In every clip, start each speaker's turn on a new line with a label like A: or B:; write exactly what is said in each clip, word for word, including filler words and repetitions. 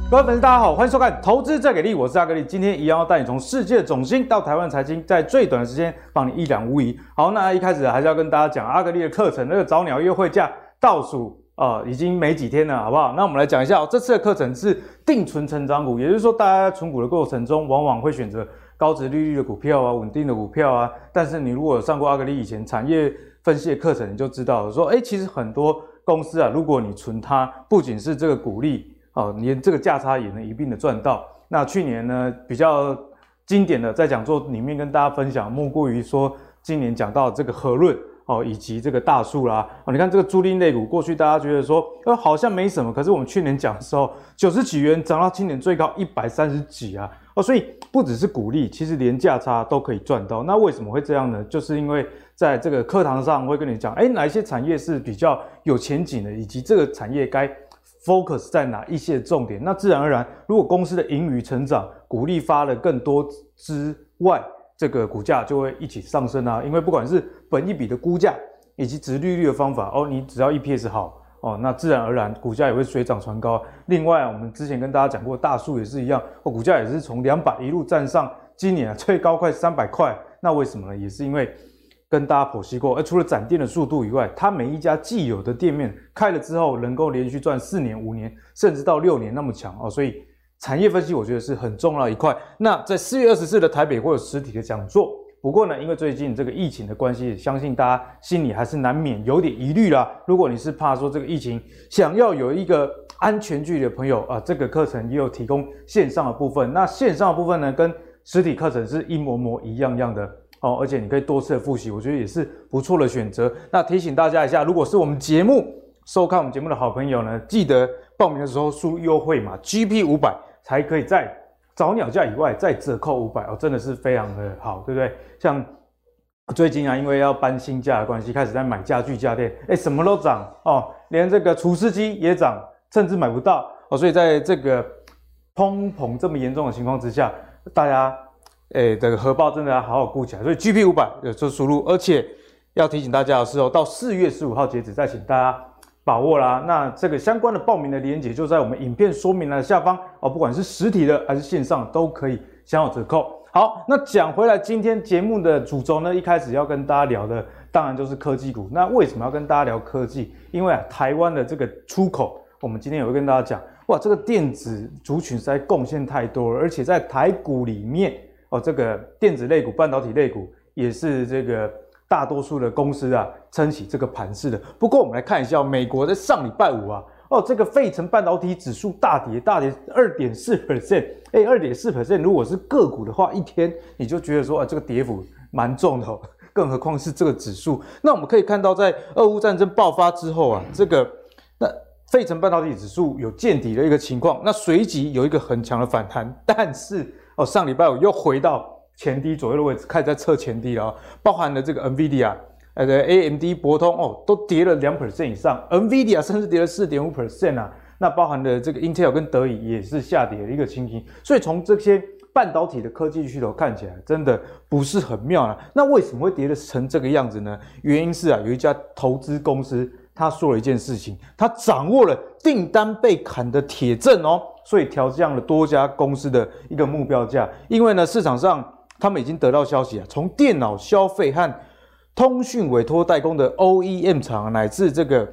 A: 各位粉丝，大家好，欢迎收看《投资最给力》，我是阿格力。今天一样要带你从世界总经到台湾财经，在最短的时间帮你一览无遗。好，那一开始还是要跟大家讲阿格力的课程，那个早鸟优惠价倒数啊、呃，已经没几天了，好不好？那我们来讲一下、哦，这次的课程是定存成长股，也就是说，大家在存股的过程中，往往会选择高殖利率的股票啊，稳定的股票啊。但是你如果有上过阿格力以前产业分析的课程，你就知道了说，哎，其实很多公司啊，如果你存它，不仅是这个股利。哦，连这个价差也能一并的赚到。那去年呢，比较经典的在讲座里面跟大家分享，莫过于说今年讲到这个和润哦，以及这个大树啦。哦，你看这个租赁类股，过去大家觉得说，呃，好像没什么，可是我们去年讲的时候，九十几元涨到今年最高一百三十几啊。哦，所以不只是股利，其实连价差都可以赚到。那为什么会这样呢？就是因为在这个课堂上会跟你讲，哎，哪一些产业是比较有前景的，以及这个产业该focus 在哪一些重点？那自然而然，如果公司的盈余成长，股利发了更多之外，这个股价就会一起上升啊。因为不管是本益比的估价，以及殖利率的方法，哦，你只要 E P S 好，哦，那自然而然股价也会水涨船高。另外，我们之前跟大家讲过，大树也是一样，哦，股价也是从两百一路站上，今年啊最高快三百块。那为什么呢？也是因为跟大家剖析过，而除了展店的速度以外，它每一家既有的店面开了之后，能够连续赚四年、五年，甚至到六年那么强哦，所以产业分析我觉得是很重要的一块。那在四月二十四的台北会有实体的讲座，不过呢，因为最近这个疫情的关系，相信大家心里还是难免有点疑虑啦。如果你是怕说这个疫情，想要有一个安全距离的朋友啊，这个课程也有提供线上的部分。那线上的部分呢，跟实体课程是一模模一样样的。哦，而且你可以多次的复习，我觉得也是不错的选择。那提醒大家一下，如果是我们节目收看我们节目的好朋友呢，记得报名的时候输入优惠码 G P 五百，才可以在早鸟价以外再折扣五百哦，真的是非常的好，对不对？像最近啊，因为要搬新家的关系，开始在买家具家电，哎，什么都涨哦，连这个除湿机也涨，甚至买不到哦。所以在这个通膨这么严重的情况之下，大家诶，这个荷包真的要好好顾起来，所以 G P 五百 有做输入，而且要提醒大家的是哦，到四月十五号截止，再请大家把握啦。那这个相关的报名的连结就在我们影片说明栏的下方哦，不管是实体的还是线上都可以享有折扣。好，那讲回来，今天节目的主轴呢，一开始要跟大家聊的当然就是科技股。那为什么要跟大家聊科技？因为啊，台湾的这个出口，我们今天也会跟大家讲，哇，这个电子族群实在贡献太多了，而且在台股里面。哦，这个电子类股、半导体类股也是这个大多数的公司啊撑起这个盘势的。不过我们来看一下，美国在上礼拜五啊，哦，这个费城半导体指数大跌，大跌 百分之二点四， 哎 百分之二点四 如果是个股的话，一天你就觉得说啊，这个跌幅蛮重的哦，更何况是这个指数。那我们可以看到，在俄乌战争爆发之后啊，这个那费城半导体指数有见底的一个情况，那随即有一个很强的反弹，但是哦，上礼拜五又回到前低左右的位置，开始在测前低了哦，包含了这个 NVIDIA、呃 A M D、博通哦，都跌了 百分之二 以上 ，NVIDIA 甚至跌了 百分之四点五 啊。那包含了这个 Intel 跟德仪也是下跌的一个情形，所以从这些半导体的科技巨头看起来，真的不是很妙啊。那为什么会跌得成这个样子呢？原因是啊，有一家投资公司他说了一件事情，他掌握了订单被砍的铁证哦。所以调降了多家公司的一个目标价，因为呢市场上他们已经得到消息啊，从电脑消费和通讯委托代工的 O E M 厂乃至这个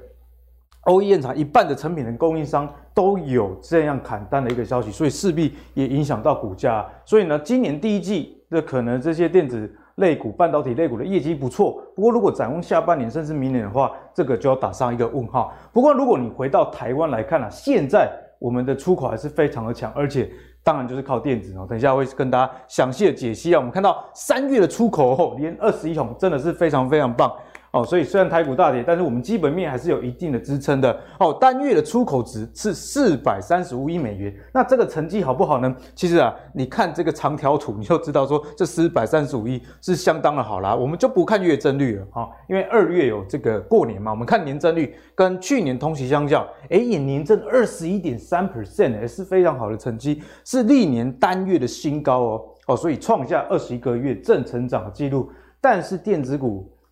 A: O E M 厂一半的成品的供应商都有这样砍单的一个消息，所以势必也影响到股价。所以呢，今年第一季的可能这些电子类股、半导体类股的业绩不错，不过如果展望下半年甚至明年的话，这个就要打上一个问号。不过如果你回到台湾来看啊，现在我们的出口还是非常的强，而且当然就是靠电子哦。等一下会跟大家详细的解析啊。我们看到三月的出口哦，连二十一桶，真的是非常非常棒哦。所以虽然台股大跌，但是我们基本面还是有一定的支撑的哦。单月的出口值是四百三十五亿美元，那这个成绩好不好呢？其实啊，你看这个长条图，你就知道说这四百三十五亿是相当的好啦。我们就不看月增率了哦，因为二月有这个过年嘛，我们看年增率跟去年同期相较，哎，也年增 百分之二十一点三， 也是非常好的成绩，是历年单月的新高哦哦，所以创下二十一个月正成长的记录。但是电子股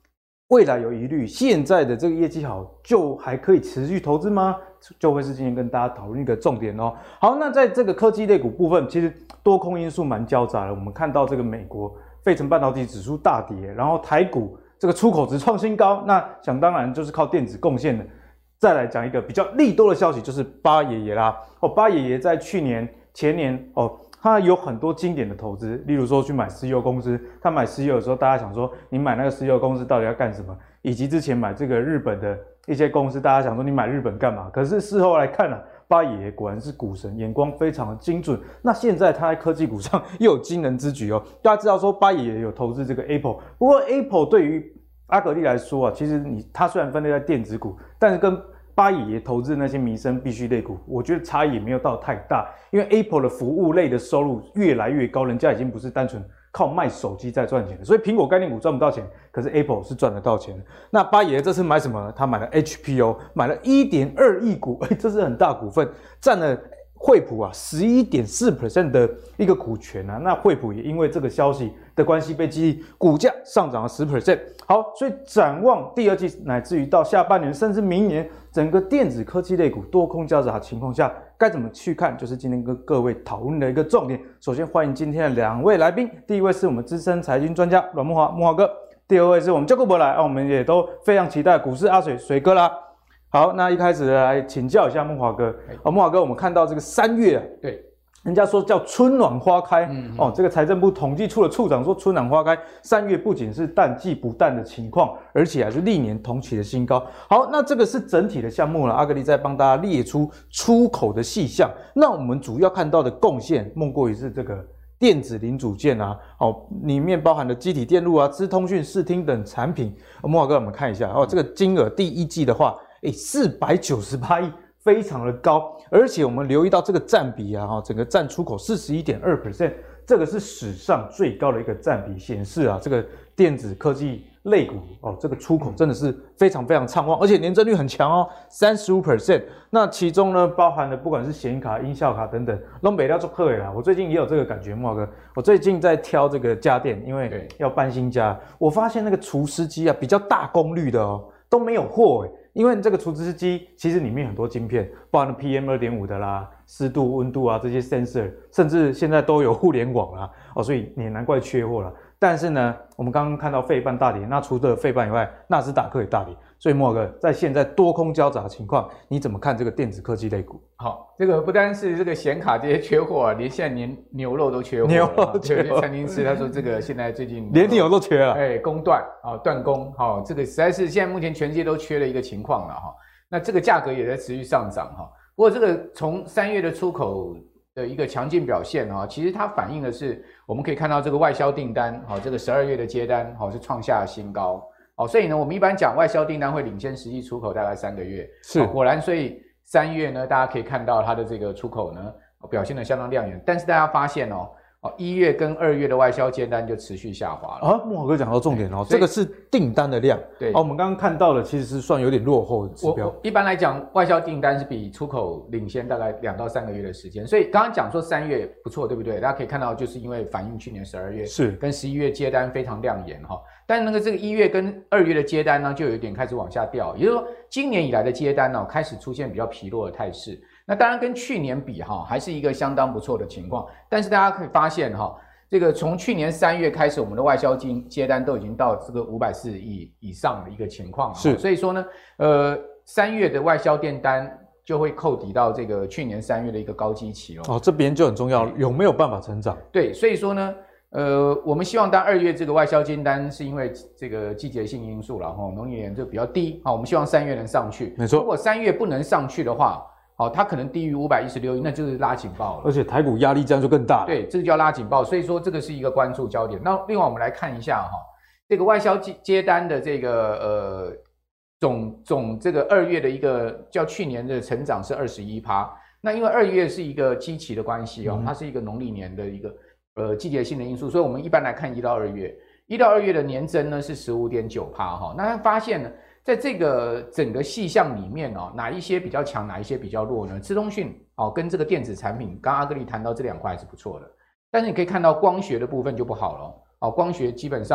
A: 未来有疑虑，现在的这个业绩好，就还可以持续投资吗？就会是今天跟大家讨论一个重点哦。好，那在这个科技类股部分，其实多空因素蛮交杂的。我们看到这个美国费城半导体指数大跌，然后台股这个出口值创新高，那想当然就是靠电子贡献的。再来讲一个比较利多的消息，就是巴爷爷啦。哦，巴爷爷在去年、前年哦。他有很多经典的投资，例如说去买石油公司，他买石油的时候，大家想说你买那个石油公司到底要干什么？以及之前买这个日本的一些公司，大家想说你买日本干嘛？可是事后来看啊，巴爷爷果然是股神，眼光非常的精准。那现在他在科技股上又有惊人之举哦。大家知道说巴爷爷有投资这个 Apple， 不过 Apple 对于阿格力来说啊，其实你它虽然分类在电子股，但是跟巴爷爷投资那些民生必需类股，我觉得差异也没有到太大，因为 Apple 的服务类的收入越来越高，人家已经不是单纯靠卖手机在赚钱了，所以苹果概念股赚不到钱，可是 Apple 是赚得到钱的。那巴爷爷这次买什么？他买了 H P O， 买了 一点二亿股，欸，这是很大股份，占了惠普啊 百分之十一点四 的一个股权啊。那惠普也因为这个消息的关系被激励，股价上涨了 百分之十。好，所以展望第二季乃至于到下半年甚至明年，整个电子科技类股多空交杂的情况下，该怎么去看，就是今天跟各位讨论的一个重点。首先欢迎今天的两位来宾，第一位是我们资深财经专家阮慕骅，慕骅哥；第二位是我们教顾伯来，啊，我们也都非常期待股市阿水水哥啦。好，那一开始来请教一下慕骅哥。哦，慕骅哥，我们看到这个三月啊，
B: 对，
A: 人家说叫春暖花开，
B: 嗯嗯
A: 哦，这个财政部统计处的处长说春暖花开，三月不仅是淡季不淡的情况，而且还是历年同期的新高。好，那这个是整体的项目了，阿格力再帮大家列出出口的细项。那我们主要看到的贡献，莫过于是这个电子零组件啊，哦，里面包含的基体电路啊、资通讯、视听等产品。哦，慕骅哥，我们看一下哦，这个金额第一季的话，哎，四百九十八亿。非常的高，而且我们留意到这个占比啊，整个占出口 百分之四十一点二， 这个是史上最高的一个占比，显示啊，这个电子科技类股哦，这个出口真的是非常非常畅旺，而且年增率很强哦 百分之三十五。 那其中呢，包含了不管是显卡、音效卡等等，都没料做客啦。我最近也有这个感觉，慕骅哥，我最近在挑这个家电，因为要搬新家，我发现那个除湿机啊，比较大功率的哦，都没有货诶。因为这个除湿机其实里面很多晶片，包含了 P M 二点五 的啦、湿度、温度啊这些 sensor， 甚至现在都有互联网啦，哦，所以也难怪缺货了。但是呢，我们刚刚看到费半大跌，那除了费半以外，纳斯达克也大跌。所以慕骅哥，在现在多空交杂的情况，你怎么看这个电子科技类股？
B: 好，这个不单是这个显卡这些缺货啊，连现在连牛肉都缺货了。
A: 牛肉缺货，
B: 餐厅吃，他说这个现在最近
A: 连牛都缺了，
B: 哎，供断啊，断供，好，这个实在是现在目前全世界都缺的一个情况了哈。那这个价格也在持续上涨哈。不过这个从三月的出口的一个强劲表现啊，其实它反映的是我们可以看到这个外销订单，好，这个十二月的接单好是创下新高。哦，所以呢，我们一般讲外销订单会领先实际出口大概三个月，
A: 是、
B: 哦、果然，所以三月呢，大家可以看到它的这个出口呢、哦、表现得相当亮眼，但是大家发现哦，哦一月跟二月的外销接单就持续下滑了。
A: 啊，慕骅哥讲到重点哦，这个是订单的量，
B: 对，
A: 哦，我们刚刚看到的其实是算有点落后的指标。
B: 我一般来讲，外销订单是比出口领先大概两到三个月的时间，所以刚刚讲说三月不错，对不对？大家可以看到，就是因为反映去年十二月
A: 是
B: 跟十一月接单非常亮眼哈。但是那个这个一月跟二月的接单呢，就有点开始往下掉，也就是说，今年以来的接单呢、哦，开始出现比较疲弱的态势。那当然跟去年比哈，还是一个相当不错的情况。但是大家可以发现哈，这个从去年三月开始，我们的外销金接单都已经到这个五百四十亿以上的一个情况了。
A: 是，
B: 所以说呢，呃，三月的外销订单就会扣抵到这个去年三月的一个高基期了。
A: 哦，这边就很重要，有没有办法成长？
B: 对，所以说呢。呃，我们希望当二月这个外销订单是因为这个季节性因素了哈，农历年就比较低，好，我们希望三月能上去。
A: 没错，
B: 如果三月不能上去的话，好，它可能低于五百一十六亿，那就是拉警报了。
A: 而且台股压力这样就更大了。
B: 对，这个叫拉警报，所以说这个是一个关注焦点。那另外我们来看一下哈，这个外销接单的这个呃总总这个二月的一个较去年的成长是 百分之二十一， 那因为二月是一个基期的关系哦，它是一个农历年的一个。呃，季节性的因素，所以我们一般来看一到二月，一到二月的年增呢是 十五点九 哈。那发现呢，在这个整个细项里面哦，哪一些比较强，哪一些比较弱呢？资通讯哦，跟这个电子产品，刚刚阿格力谈到这两块还是不错的，但是你可以看到光学的部分就不好了哦，光学基本上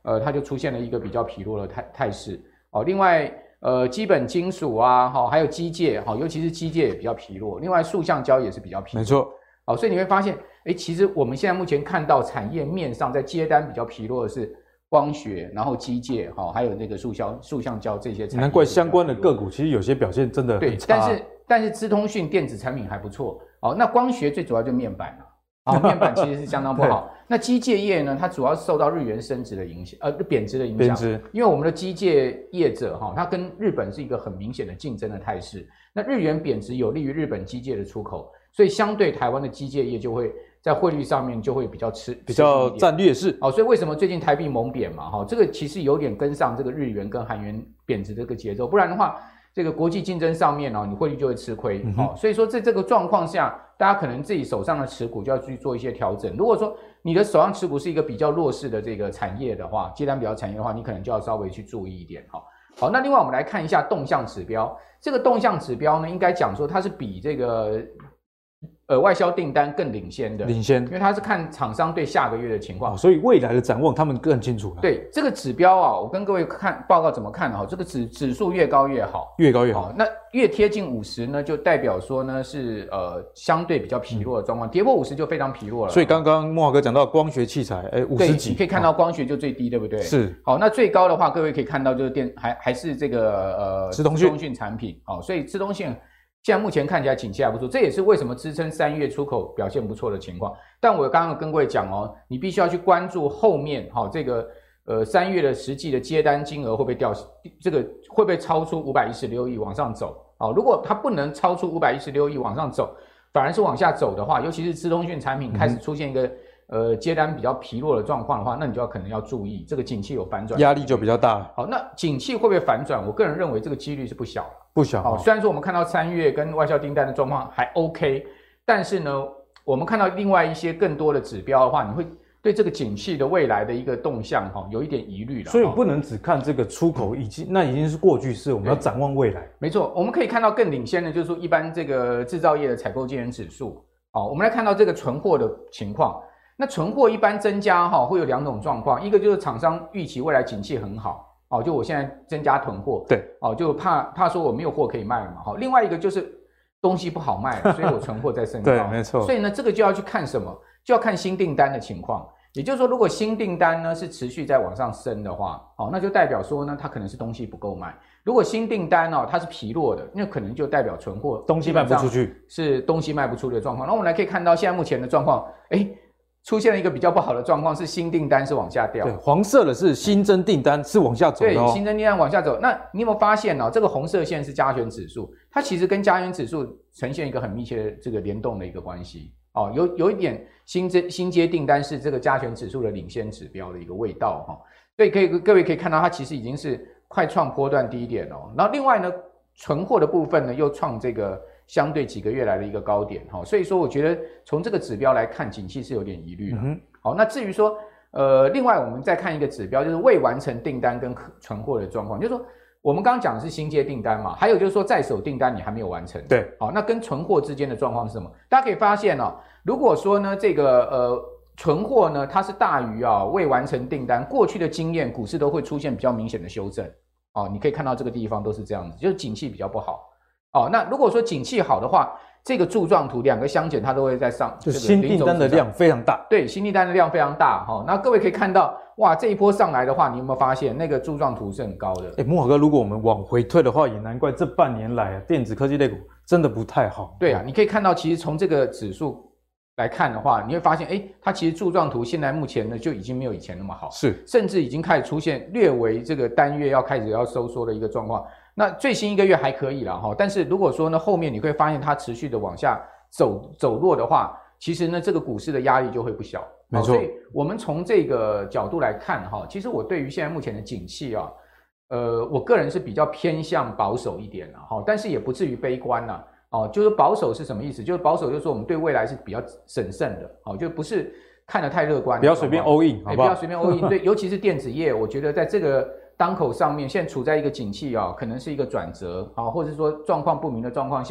B: 呃，它就出现了一个比较疲弱的态态势哦。另外，呃，基本金属啊，哈、哦，还有机械，哈、哦，尤其是机械也比较疲弱。另外，塑橡胶也是比较疲弱。
A: 没错。
B: 好，所以你会发现，哎，其实我们现在目前看到产业面上在接单比较疲弱的是光学，然后机械，哈、哦，还有那个塑胶、塑橡胶这些产业。
A: 难怪相关的个股其实有些表现真的很差。
B: 对，但是但是资通讯电子产品还不错。哦，那光学最主要就是面板了。好、哦，面板其实是相当不好。那机械业呢，它主要是受到日元升值的影响，呃，贬值的影响。贬值，因为我们的机械业者哈、哦，它跟日本是一个很明显的竞争的态势。那日元贬值有利于日本机械的出口，所以相对台湾的机械业就会在汇率上面就会比较吃，
A: 比较占劣势。
B: 哦，所以为什么最近台币猛贬嘛？哈、哦，这个其实有点跟上这个日元跟韩元贬值这个节奏，不然的话。这个国际竞争上面哦，你汇率就会吃亏、嗯哦、所以说在这个状况下，大家可能自己手上的持股就要去做一些调整。如果说你的手上持股是一个比较弱势的这个产业的话，接单比较产业的话，你可能就要稍微去注意一点哈、哦。好，那另外我们来看一下动向指标，这个动向指标呢，应该讲说它是比这个。呃，外销订单更领先的，
A: 领先，
B: 因为它是看厂商对下个月的情况、
A: 哦，所以未来的展望他们更清楚了。
B: 对这个指标啊，我跟各位看报告怎么看哈，这个指指数越高越好，
A: 越高越好。
B: 哦、那越贴近五十呢，就代表说呢是呃相对比较疲弱的状况，嗯、跌破五十就非常疲弱了。
A: 所以刚刚慕骅哥讲到光学器材，哎，五十几，
B: 你可以看到光学就最低，哦、对不对？
A: 是。
B: 好，那最高的话，各位可以看到就是电还还是这个呃
A: 资通讯
B: 通讯产品，好、哦，所以资通讯。现在目前看起来景气还不错，这也是为什么支撑三月出口表现不错的情况。但我刚刚跟各位讲哦，你必须要去关注后面哈、哦、这个呃三月的实际的接单金额会不会掉，这个会不会超出五百一十六亿往上走？哦，如果它不能超出五百一十六亿往上走，反而是往下走的话，尤其是资通讯产品开始出现一个、嗯、呃接单比较疲弱的状况的话，那你就要可能要注意这个景气有反转，
A: 压力就比较大了。
B: 好，那景气会不会反转？我个人认为这个几率是不小的。
A: 不小、
B: 哦，虽然说我们看到三月跟外销订单的状况还 OK， 但是呢，我们看到另外一些更多的指标的话，你会对这个景气的未来的一个动向哈、哦、有一点疑虑了。
A: 所以不能只看这个出口，已经、嗯、那已经是过去式，我们要展望未来。
B: 没错，我们可以看到更领先的，就是说一般这个制造业的采购经理指数。哦，我们来看到这个存货的情况。那存货一般增加哈、哦，会有两种状况，一个就是厂商预期未来景气很好。哦，就我现在增加囤货，
A: 对，
B: 哦，就怕怕说我没有货可以卖了嘛，好、哦，另外一个就是东西不好卖了，所以我存货在升高，
A: 对，没错，
B: 所以呢，这个就要去看什么，就要看新订单的情况，也就是说，如果新订单呢是持续在往上升的话，哦，那就代表说呢，它可能是东西不够卖；如果新订单哦它是疲弱的，那可能就代表存货
A: 东西卖不出去，
B: 是东西卖不出的状况。那我们来可以看到现在目前的状况，哎。出现了一个比较不好的状况，是新订单是往下掉。
A: 对，黄色的是新增订单是往下走的、哦。
B: 对，新增订单往下走。那你有没有发现哦？这个红色线是加权指数，它其实跟加权指数呈现一个很密切的这个联动的一个关系。哦，有有一点新增新接订单是这个加权指数的领先指标的一个味道哈、哦。所以可以各位可以看到，它其实已经是快创波段低点哦。然后另外呢，存货的部分呢又创这个。相对几个月来的一个高点，所以说我觉得从这个指标来看，景气是有点疑虑的。嗯、好，那至于说，呃，另外我们再看一个指标，就是未完成订单跟存货的状况，就是说我们刚刚讲的是新接订单嘛，还有就是说在手订单你还没有完成，
A: 对，
B: 好，那跟存货之间的状况是什么？大家可以发现哦，如果说呢这个呃存货呢它是大于啊未完成订单，过去的经验股市都会出现比较明显的修正，哦，你可以看到这个地方都是这样子，就是景气比较不好。哦，那如果说景气好的话，这个柱状图两个相减，它都会在上，
A: 就新订单的量非常大。
B: 对，新订单的量非常大。哈、哦，那各位可以看到，哇，这一波上来的话，你有没有发现那个柱状图是很高的？
A: 哎，慕骅哥，如果我们往回退的话，也难怪这半年来啊，电子科技类股真的不太好。
B: 对啊，你可以看到，其实从这个指数来看的话，你会发现，哎，它其实柱状图现在目前呢就已经没有以前那么好，
A: 是，
B: 甚至已经开始出现略微这个单月要开始要收缩的一个状况。那最新一个月还可以啦，但是如果说呢后面你会发现它持续的往下走走弱的话，其实呢这个股市的压力就会不小。
A: 没错，
B: 所以我们从这个角度来看哈，其实我对于现在目前的景气啊，呃，我个人是比较偏向保守一点啦，哈，但是也不至于悲观啦。哦，就是保守是什么意思？就是保守就是说我们对未来是比较审慎的，哦，就不是看得太乐观，
A: 不要随便 all in， 好不好？
B: 不要随便 all in， 对，尤其是电子业，我觉得在这个当口上面，现在处在一个景气啊，可能是一个转折啊，或者说状况不明的状况下，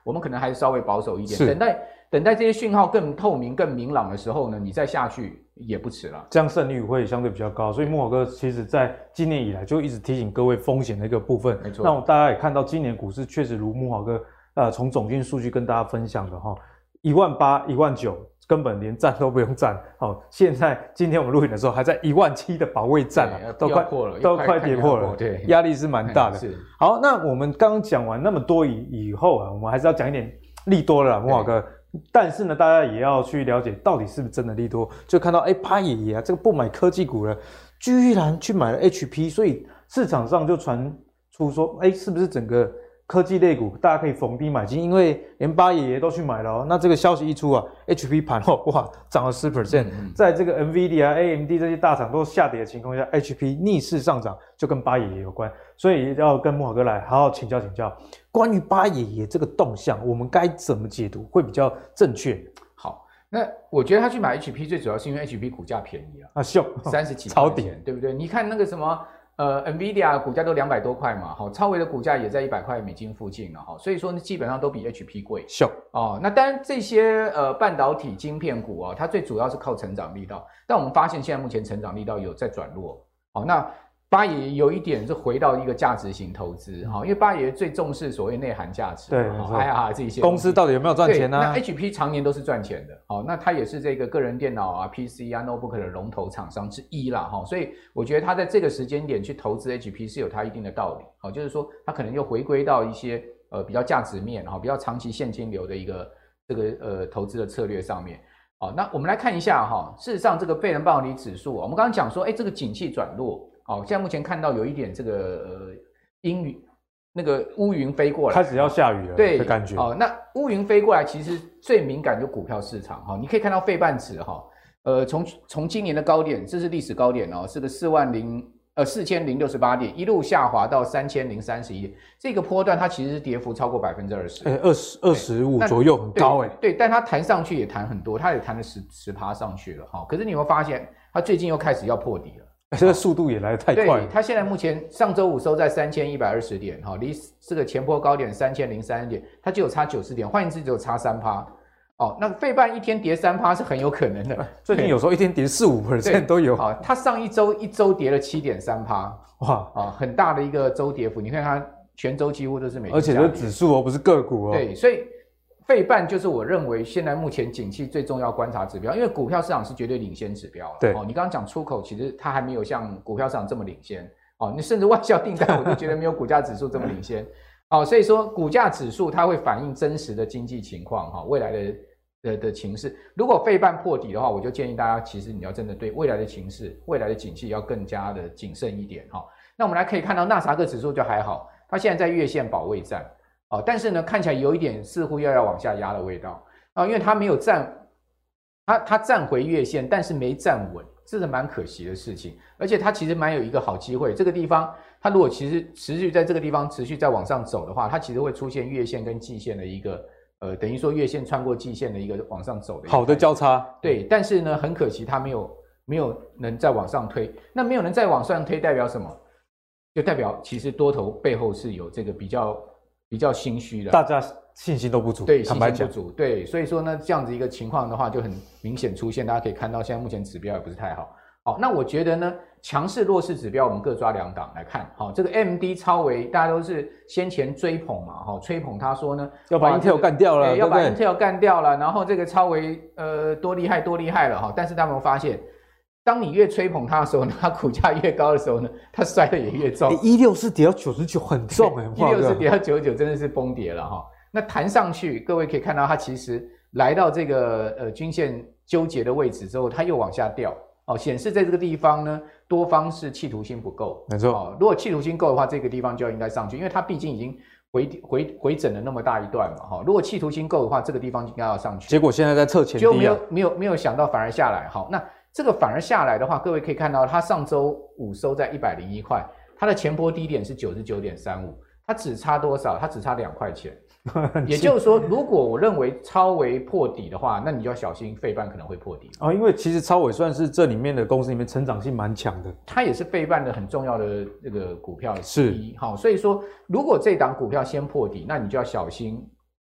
B: 我们可能还是稍微保守一点，等待等待这些讯号更透明、更明朗的时候呢，你再下去也不迟了。
A: 这样胜率会相对比较高，所以慕骅哥其实在今年以来就一直提醒各位风险的一个部分。
B: 没错，
A: 那我大家也看到今年股市确实如慕骅哥呃从总经数据跟大家分享的哈，一万八、一万九。根本连站都不用站，好、哦，现在今天我们录影的时候还在一万七的保卫战啊，都快
B: 破了，
A: 都快跌破了，
B: 对，
A: 压力是蛮大的。
B: 是，
A: 好，那我们刚刚讲完那么多以以后啊，我们还是要讲一点利多了啦，慕骅哥。但是呢，大家也要去了解到底是不是真的利多，就看到哎，八爷爷啊，这个不买科技股了，居然去买了 H P， 所以市场上就传出说，哎，是不是整个科技类股大家可以逢低买进，因为连八爷爷都去买了哦。那这个消息一出啊 ，H P 盘后哇涨了 百分之十，嗯、在这个 Nvidia、A M D 这些大厂都下跌的情况下 ，H P 逆势上涨，就跟八爷爷有关。所以要跟慕骅哥来好好请教请教，关于八爷爷这个动向，我们该怎么解读会比较正确？
B: 好，那我觉得他去买 H P 最主要是因为 H P 股价便宜啊，
A: 啊秀
B: 三十几
A: 超点，
B: 对不对？你看那个什么。呃 ，Nvidia 股价都两百多块嘛，哈，超微的股价也在一百块美金附近了，哈，所以说呢，基本上都比 H P 贵。
A: 秀
B: 哦，那当然这些呃半导体晶片股啊，它最主要是靠成长力道，但我们发现现在目前成长力道有在转弱。好，那八爷有一点是回到一个价值型投资，哈、嗯，因为八爷最重视所谓内涵价值，
A: 对，没错，
B: 哎呀，这些
A: 公司到底有没有赚钱呢、啊？
B: 那 H P 常年都是赚钱的，好，那它也是这个个人电脑啊、P C 啊、notebook 的龙头厂商之一啦，哈，所以我觉得它在这个时间点去投资 H P 是有它一定的道理，好，就是说它可能又回归到一些呃比较价值面，哈，比较长期现金流的一个这个呃投资的策略上面。好，那我们来看一下哈，事实上这个费城半导体指数，我们刚刚讲说，哎，这个景气转弱。好，现在目前看到有一点这个呃阴云，那个乌云飞过来，
A: 开始要下雨了，对的感觉。
B: 哦，那乌云飞过来，其实最敏感就股票市场哈、哦。你可以看到费半指哈，呃，从从今年的高点，这是历史高点哦，是个四万零呃四千零六十八点，一路下滑到三千零三十一点，这个波段它其实是跌幅超过百分之二十，
A: 哎，二十二十五左右，很高哎。
B: 对，但它弹上去也弹很多，它也弹了十十趴上去了哈、哦。可是你有没有发现，它最近又开始要破底了？
A: 这个速度也来得太快了。
B: 它现在目前上周五收在三千一百二十点，哈，离这个前波高点三千零三十点，它就有差九十点，换言之只有差三趴。哦，那费半一天跌三趴是很有可能的。
A: 最近有时候一天跌四五 percent 都有。
B: 好，它上一周一周跌了七点三趴，哇，啊，很大的一个周跌幅。你看它全周几乎都是每天，
A: 而且是指数哦，不是个股哦。
B: 对，所以。费半就是我认为现在目前景气最重要观察指标，因为股票市场是绝对领先指标了。
A: 对，
B: 哦，你刚刚讲出口，其实它还没有像股票市场这么领先。哦，你甚至外销订单，我就觉得没有股价指数这么领先。哦，所以说股价指数它会反映真实的经济情况，哈、哦，未来的的的情势。如果费半破底的话，我就建议大家，其实你要真的对未来的情势、未来的景气要更加的谨慎一点，哈、哦。那我们来可以看到纳斯达克指数就还好，它现在在月线保卫战。哦，但是呢，看起来有一点似乎要要往下压的味道啊、哦，因为它没有站，它它站回月线，但是没站稳，这是蛮可惜的事情。而且它其实蛮有一个好机会，这个地方它如果其实持续在这个地方持续在往上走的话，它其实会出现月线跟季线的一个呃，等于说月线穿过季线的一个往上走的一个
A: 好的交叉。
B: 对，但是呢，很可惜它没有没有能再往上推。那没有能再往上推，代表什么？就代表其实多头背后是有这个比较。比较心虚的，
A: 大家信心都不足，
B: 对，信心不足，对，所以说呢，这样子一个情况的话，就很明显出现。大家可以看到，现在目前指标也不是太好。好，那我觉得呢，强势弱势指标我们各抓两档来看。好，这个 A M D 超微，大家都是先前追捧嘛，哈，吹捧他说呢，
A: 要把 Intel 干掉了，
B: 要把 Intel 干掉了，然后这个超微呃多厉害多厉害了哈，但是大家有没有发现？当你越吹捧它的时候呢，它股价越高的时候呢，它摔的也越重。
A: 一六四跌到九十九很重哎，
B: 一六四跌到九十九真的是崩跌了哈。那弹上去，各位可以看到它其实来到这个呃均线纠结的位置之后，它又往下掉哦，显示在这个地方呢，多方是企图心不够。
A: 没错、
B: 哦，如果企图心够的话，这个地方就要应该上去，因为它毕竟已经回回回整了那么大一段嘛哈、哦。如果企图心够的话，这个地方应该要上去。
A: 结果现在在测前低、啊，
B: 就没有没有没有想到反而下来哈。那这个反而下来的话，各位可以看到，它上周五收在一百零一块，它的前波低点是九十九点三五，它只差多少？它只差两块钱。也就是说，如果我认为超微破底的话，那你就要小心费半可能会破底
A: 哦。因为其实超微算是这里面的公司里面成长性蛮强的，
B: 它也是费半的很重要的这个股票之一。好，所以说如果这档股票先破底，那你就要小心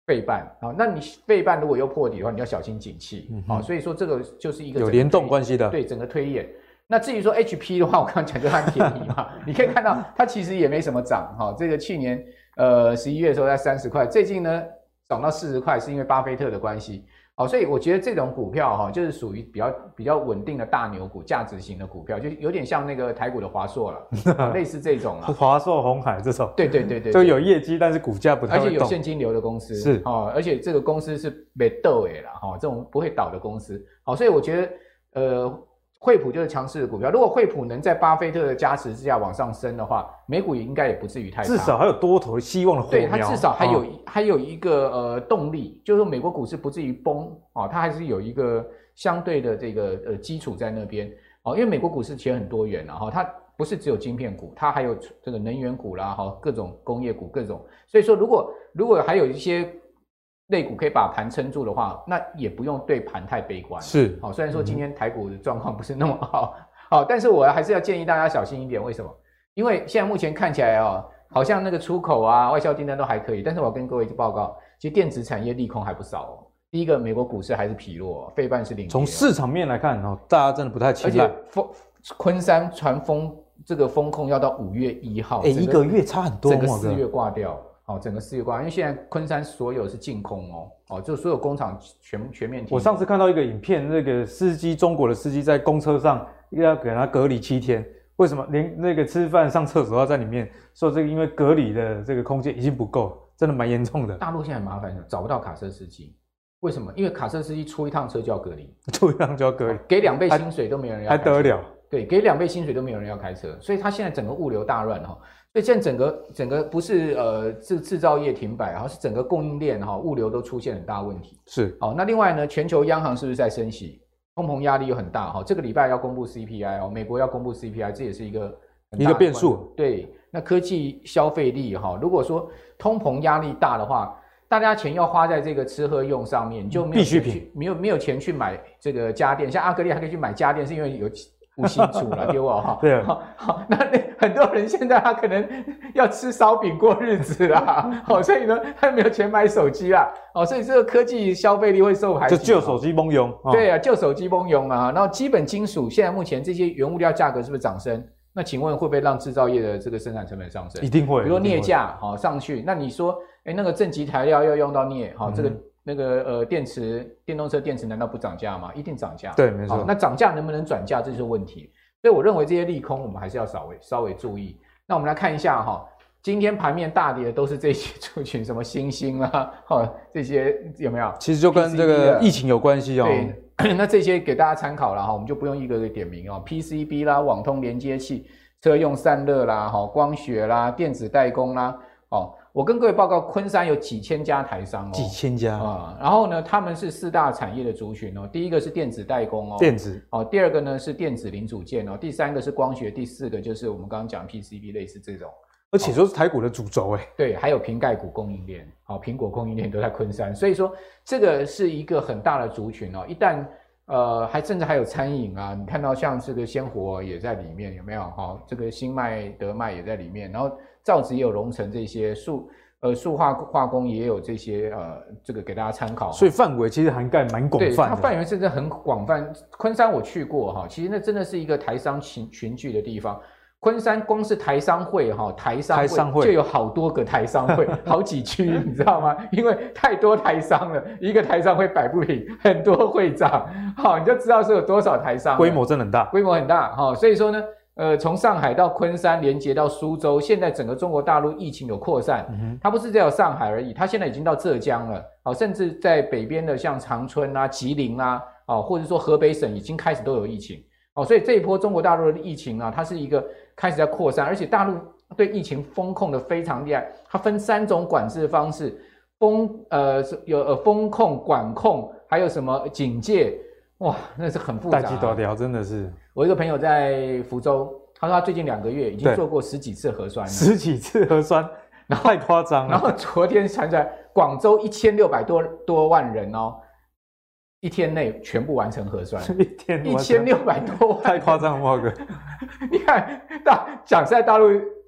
B: 费半啊，那你费半如果又破底的话，你要小心景气啊、嗯，所以说这个就是一个
A: 有联动关系的，
B: 对整个推演。那至于说 H P 的话，我刚刚讲就很便宜嘛，你可以看到它其实也没什么涨哈。这个去年呃十一月的时候在三十块，最近呢涨到四十块，是因为巴菲特的关系。好，所以我觉得这种股票哈，就是属于比较比较稳定的大牛股，价值型的股票，就有点像那个台股的华硕了，类似这种啊。
A: 华硕、鸿海这种，
B: 对对对 对, 对，
A: 就有业绩，但是股价不太会动，
B: 而且有现金流的公司
A: 是
B: 哦，而且这个公司是没倒的啦，哈，这种不会倒的公司。好，所以我觉得呃。惠普就是强势的股票，如果惠普能在巴菲特的加持之下往上升的话，美股也应该也不至于太差，
A: 至少还有多头希望的火苗。
B: 对，它至少还有、哦、还有一个呃动力，就是说美国股市不至于崩啊、哦，它还是有一个相对的这个呃基础在那边哦，因为美国股市其实很多元啊哈、哦，它不是只有晶片股，它还有这个能源股啦哈、哦，各种工业股各种，所以说如果如果还有一些类股可以把盘撑住的话，那也不用对盘太悲观。
A: 是，
B: 好、哦，虽然说今天台股的状况不是那么好，好、哦，但是我还是要建议大家小心一点。为什么？因为现在目前看起来哦，好像那个出口啊、外销订单都还可以，但是我要跟各位报告，其实电子产业利空还不少哦。第一个，美国股市还是疲弱、哦，费半是领跌、哦。
A: 从市场面来看哦，大家真的不太青睐。
B: 而且风昆山传风这个风控要到五月一号，
A: 哎，一个月差很多，
B: 整个四月挂掉。哦，整个四月挂，因为现在昆山所有是净空哦，哦，就所有工厂全全面停。
A: 我上次看到一个影片，那个司机，中国的司机在公车上要给他隔离七天，为什么？连那个吃饭、上厕所要在里面，说这个因为隔离的这个空间已经不够，真的蛮严重的。
B: 大陆现在很麻烦，找不到卡车司机，为什么？因为卡车司机出一趟车就要隔离，
A: 出一趟就要隔离，
B: 给两倍薪水都没有人要，
A: 还得了？
B: 对，给两倍薪水都没有人要开车，所以他现在整个物流大乱哈。所以现在整个整个不是呃制制造业停摆，而是整个供应链哈物流都出现很大问题。
A: 是，
B: 好，那另外呢，全球央行是不是在升息？通膨压力又很大哈。这个礼拜要公布 C P I 哦，美国要公布 C P I， 这也是一个
A: 一个变数。
B: 对，那科技消费力哈，如果说通膨压力大的话，大家钱要花在这个吃喝用上面，你就没有
A: 必需品，
B: 没有没有钱去买这个家电。像阿格力还可以去买家电，是因为有无薪主了，对吧？哈，
A: 对啊。
B: 好，好，那很多人现在他可能要吃烧饼过日子啦，好，所以呢，他没有钱买手机啦，哦，所以这个科技消费力会受排挤，
A: 就旧手机崩庸。
B: 哦、对啊，旧手机崩庸啊。然后基本金属现在目前这些原物料价格是不是涨升？那请问会不会让制造业的这个生产成本上升？
A: 一定会。
B: 比如说镍价好、哦、上去，那你说，哎，那个正极材料要用到镍，好、哦，这个。嗯那个呃，电池电动车电池难道不涨价吗？一定涨价。
A: 对，没错。
B: 那涨价能不能转嫁，这就是问题。所以我认为这些利空，我们还是要稍微稍微注意。那我们来看一下哈，今天盘面大跌的都是这些族群，什么星星啊，哈，这些有没有？
A: 其实就跟这个疫情有关系哦。
B: 对，那这些给大家参考了哈，我们就不用一个一个点名哦。P C B 啦，网通连接器、车用散热啦，哈，光学啦，电子代工啦，哦。我跟各位报告，昆山有几千家台商哦，
A: 几千家
B: 啊、嗯。然后呢，他们是四大产业的族群哦。第一个是电子代工哦，
A: 电子
B: 哦。第二个呢是电子零组件哦。第三个是光学，第四个就是我们刚刚讲 P C B 类似这种，
A: 而且说是台股的主轴哎。
B: 对，还有瓶盖股供应链，好、哦，苹果供应链都在昆山，所以说这个是一个很大的族群哦。一旦呃，还甚至还有餐饮啊，你看到像这个鲜活也在里面，有没有？哈、哦，这个新麦、德麦也在里面，然后造纸也有荣成这些数。呃，塑化化工也有这些呃，这个给大家参考，
A: 所以范围其实涵盖蛮广泛的。
B: 对，它范围甚至很广泛。昆山我去过哈，其实那真的是一个台商群群聚的地方。昆山光是台商会哈，台商会, 台商会就有好多个台商会，好几区，你知道吗？因为太多台商了，一个台商会摆不平，很多会长，好，你就知道是有多少台商，
A: 规模真的很大，
B: 规模很大哈。所以说呢。呃，从上海到昆山，连接到苏州，现在整个中国大陆疫情有扩散，嗯、它不是只有上海而已，它现在已经到浙江了，好、哦，甚至在北边的像长春啊、吉林啊，哦，或者说河北省已经开始都有疫情，哦，所以这一波中国大陆的疫情啊，它是一个开始在扩散，而且大陆对疫情封控的非常厉害，它分三种管制方式，封呃有呃封控、管控，还有什么警戒。哇，那是很复杂、啊。
A: 大鸡多条真的是。
B: 我一个朋友在福州，他说他最近两个月已经做过十几次核酸了。
A: 十几次核酸，然后太夸张了。
B: 然后昨天传出来，广州一千六百多多万人哦，一天内全部完成核酸。
A: 一天
B: 一千六百多万，
A: 太夸张了，茂哥。
B: 你看大讲在大陆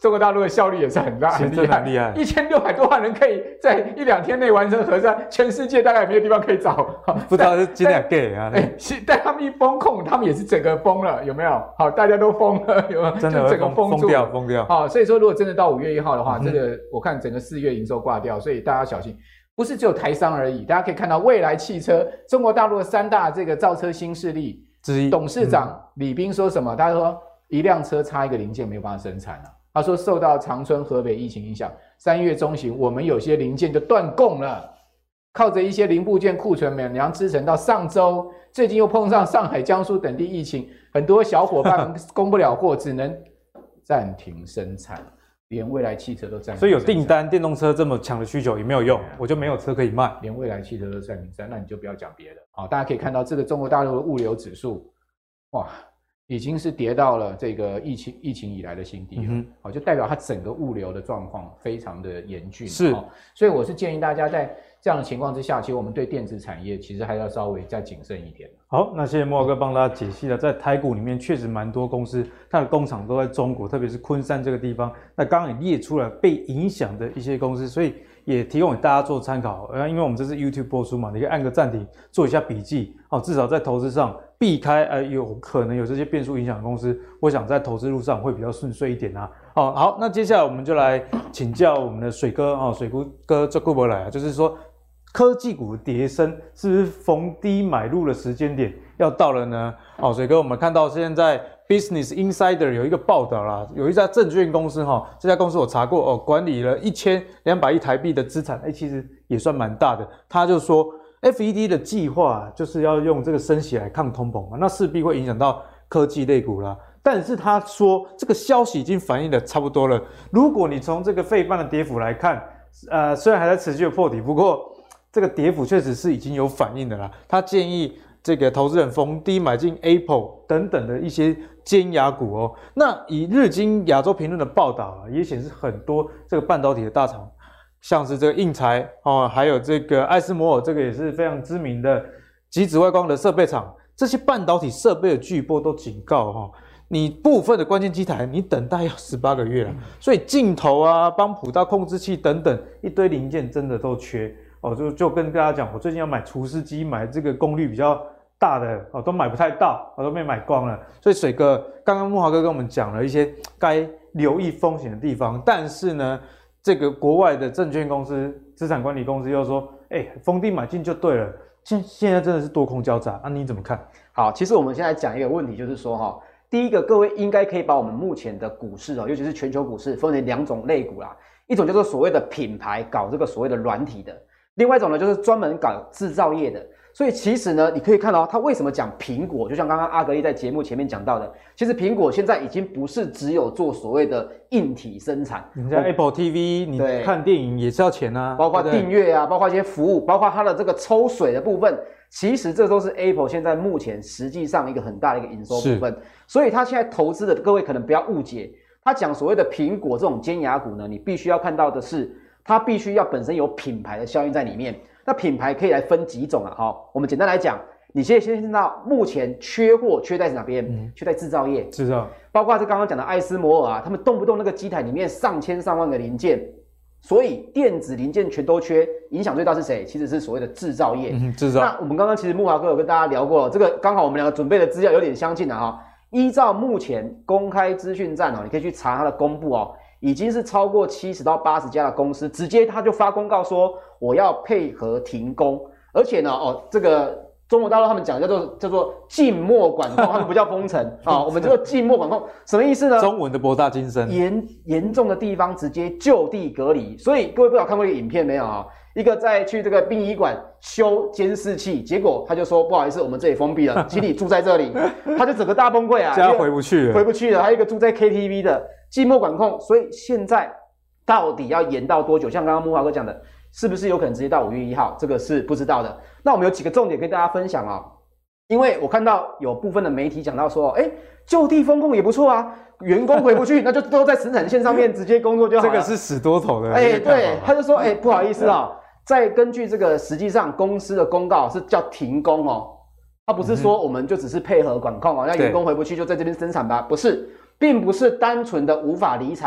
B: 中国大陆的效率也是很大，
A: 很厉害，很厉害，
B: 一千六百多万人可以在一两天内完成核酸，全世界大概也没有地方可以找。
A: 不知道是今天 gay 啊？
B: 哎，但他们一封控，他们也是整个封了，有没有？好，大家都封了，有没有？
A: 真的
B: 整个封住，
A: 封掉，封掉。
B: 好，所以说如果真的到五月一号的话，
A: 嗯、
B: 这个我看整个四月营收挂掉，所以大家小心。不是只有台商而已，大家可以看到蔚来汽车，中国大陆的三大这个造车新势力
A: 之一，
B: 董事长李斌说什么？他说一辆车差一个零件没有办法生产了、啊。他说受到长春、河北疫情影响，三月中旬我们有些零件就断供了，靠着一些零部件库存勉强支撑到上周，最近又碰上上海、江苏等地疫情，很多小伙伴供不了货，只能暂停生产。连蔚来汽车都暂停，
A: 所以有订单，电动车这么强的需求也没有用，我就没有车可以卖。
B: 连蔚来汽车都暂停生产，那你就不要讲别的。好，大家可以看到这个中国大陆的物流指数，哇，已经是跌到了这个疫情疫情以来的新低了。嗯、好，就代表它整个物流的状况非常的严峻。
A: 是、
B: 哦，所以我是建议大家在这样的情况之下，其实我们对电子产业其实还要稍微再谨慎一点。
A: 好，那谢谢慕骅哥帮大家解析了，在台股里面确实蛮多公司，它的工厂都在中国，特别是昆山这个地方。那刚刚也列出了被影响的一些公司，所以也提供给大家做参考。呃，因为我们这是 YouTube 播出嘛，你可以按个暂停，做一下笔记，哦，至少在投资上避开呃有可能有这些变数影响的公司，我想在投资路上会比较顺遂一点啊。哦，好，那接下来我们就来请教我们的水哥哦，水哥这过不来啊，就是说。科技股的跌升是不是逢低买入的时间点要到了呢？哦，水哥，我们看到现在 Business Insider 有一个报道啦，有一家证券公司哈，这家公司我查过哦，管理了一千两百亿台币的资产，哎，其实也算蛮大的。他就说 F E D 的计划就是要用这个升息来抗通膨嘛，那势必会影响到科技类股啦。但是他说这个消息已经反映的差不多了。如果你从这个费半的跌幅来看，呃，虽然还在持续的破底，不过这个跌幅确实是已经有反应的啦。他建议这个投资人逢低买进 Apple 等等的一些尖牙股哦。那以日经亚洲评论的报道啊，也显示很多这个半导体的大厂，像是这个应材哦，还有这个艾斯摩尔，这个也是非常知名的极紫外光的设备厂，这些半导体设备的巨擘都警告哈、哦。你部分的关键机台，你等待要十八个月了，所以镜头啊、帮谱道控制器等等一堆零件真的都缺。哦，就就跟大家讲，我最近要买除湿机，买这个功率比较大的，哦，都买不太到，我都被买光了。所以水哥，刚刚慕骅哥跟我们讲了一些该留意风险的地方，但是呢，这个国外的证券公司、资产管理公司又说，哎、欸，逢低买进就对了。现现在真的是多空交杂啊，你怎么看？
C: 好，其实我们现在讲一个问题，就是说哈，第一个，各位应该可以把我们目前的股市哦，尤其是全球股市分为两种类股啦，一种叫做所谓的品牌搞这个所谓的软体的。另外一种呢，就是专门搞制造业的，所以其实呢，你可以看到它为什么讲苹果，就像刚刚阿格力在节目前面讲到的，其实苹果现在已经不是只有做所谓的硬体生产，
A: 你在 Apple T V， 你看电影也是要钱啊，
C: 包括订阅啊，包括一些服务，包括它的这个抽水的部分，其实这都是 Apple 现在目前实际上一个很大的一个营收部分，所以它现在投资的各位可能不要误解，它讲所谓的苹果这种尖牙股呢，你必须要看到的是。它必须要本身有品牌的效应在里面，那品牌可以来分几种啊？好，我们简单来讲，你现在先知道目前缺货缺在哪边？嗯、缺在制造业，
A: 制造，
C: 包括这刚刚讲的艾斯摩尔啊，他们动不动那个机台里面上千上万个零件，所以电子零件全都缺，影响最大是谁？其实是所谓的制造业。
A: 嗯，制造。
C: 那我们刚刚其实慕骅哥有跟大家聊过了，这个刚好我们两个准备的资料有点相近了哈。依照目前公开资讯站哦，你可以去查它的公布哦。已经是超过七十到八十家的公司，直接他就发公告说我要配合停工，而且呢，哦，这个中国大陆他们讲叫做叫做静默管控，他们不叫封城啊、哦，我们叫做静默管控，什么意思呢？
A: 中文的博大精深，
C: 严严重的地方直接就地隔离。所以各位不知道看过一个影片没有啊？一个在去这个殡仪馆修监视器，结果他就说不好意思，我们这里封闭了，请你住在这里，他就整个大崩溃啊，
A: 家回不去了，
C: 回不去了。还有一个住在 K T V 的。寂寞管控，所以现在到底要延到多久？像刚刚慕骅哥讲的，是不是有可能直接到五月一号？这个是不知道的。那我们有几个重点跟大家分享啊、哦，因为我看到有部分的媒体讲到说，哎，就地封控也不错啊，员工回不去，那就都在生产线上面直接工作就好了。
A: 这个是死多头的。
C: 哎，对，他就说，哎，不好意思啊、哦，再根据这个实际上公司的公告是叫停工哦，他不是说我们就只是配合管控哦，那员工回不去就在这边生产吧，不是。并不是单纯的无法离场，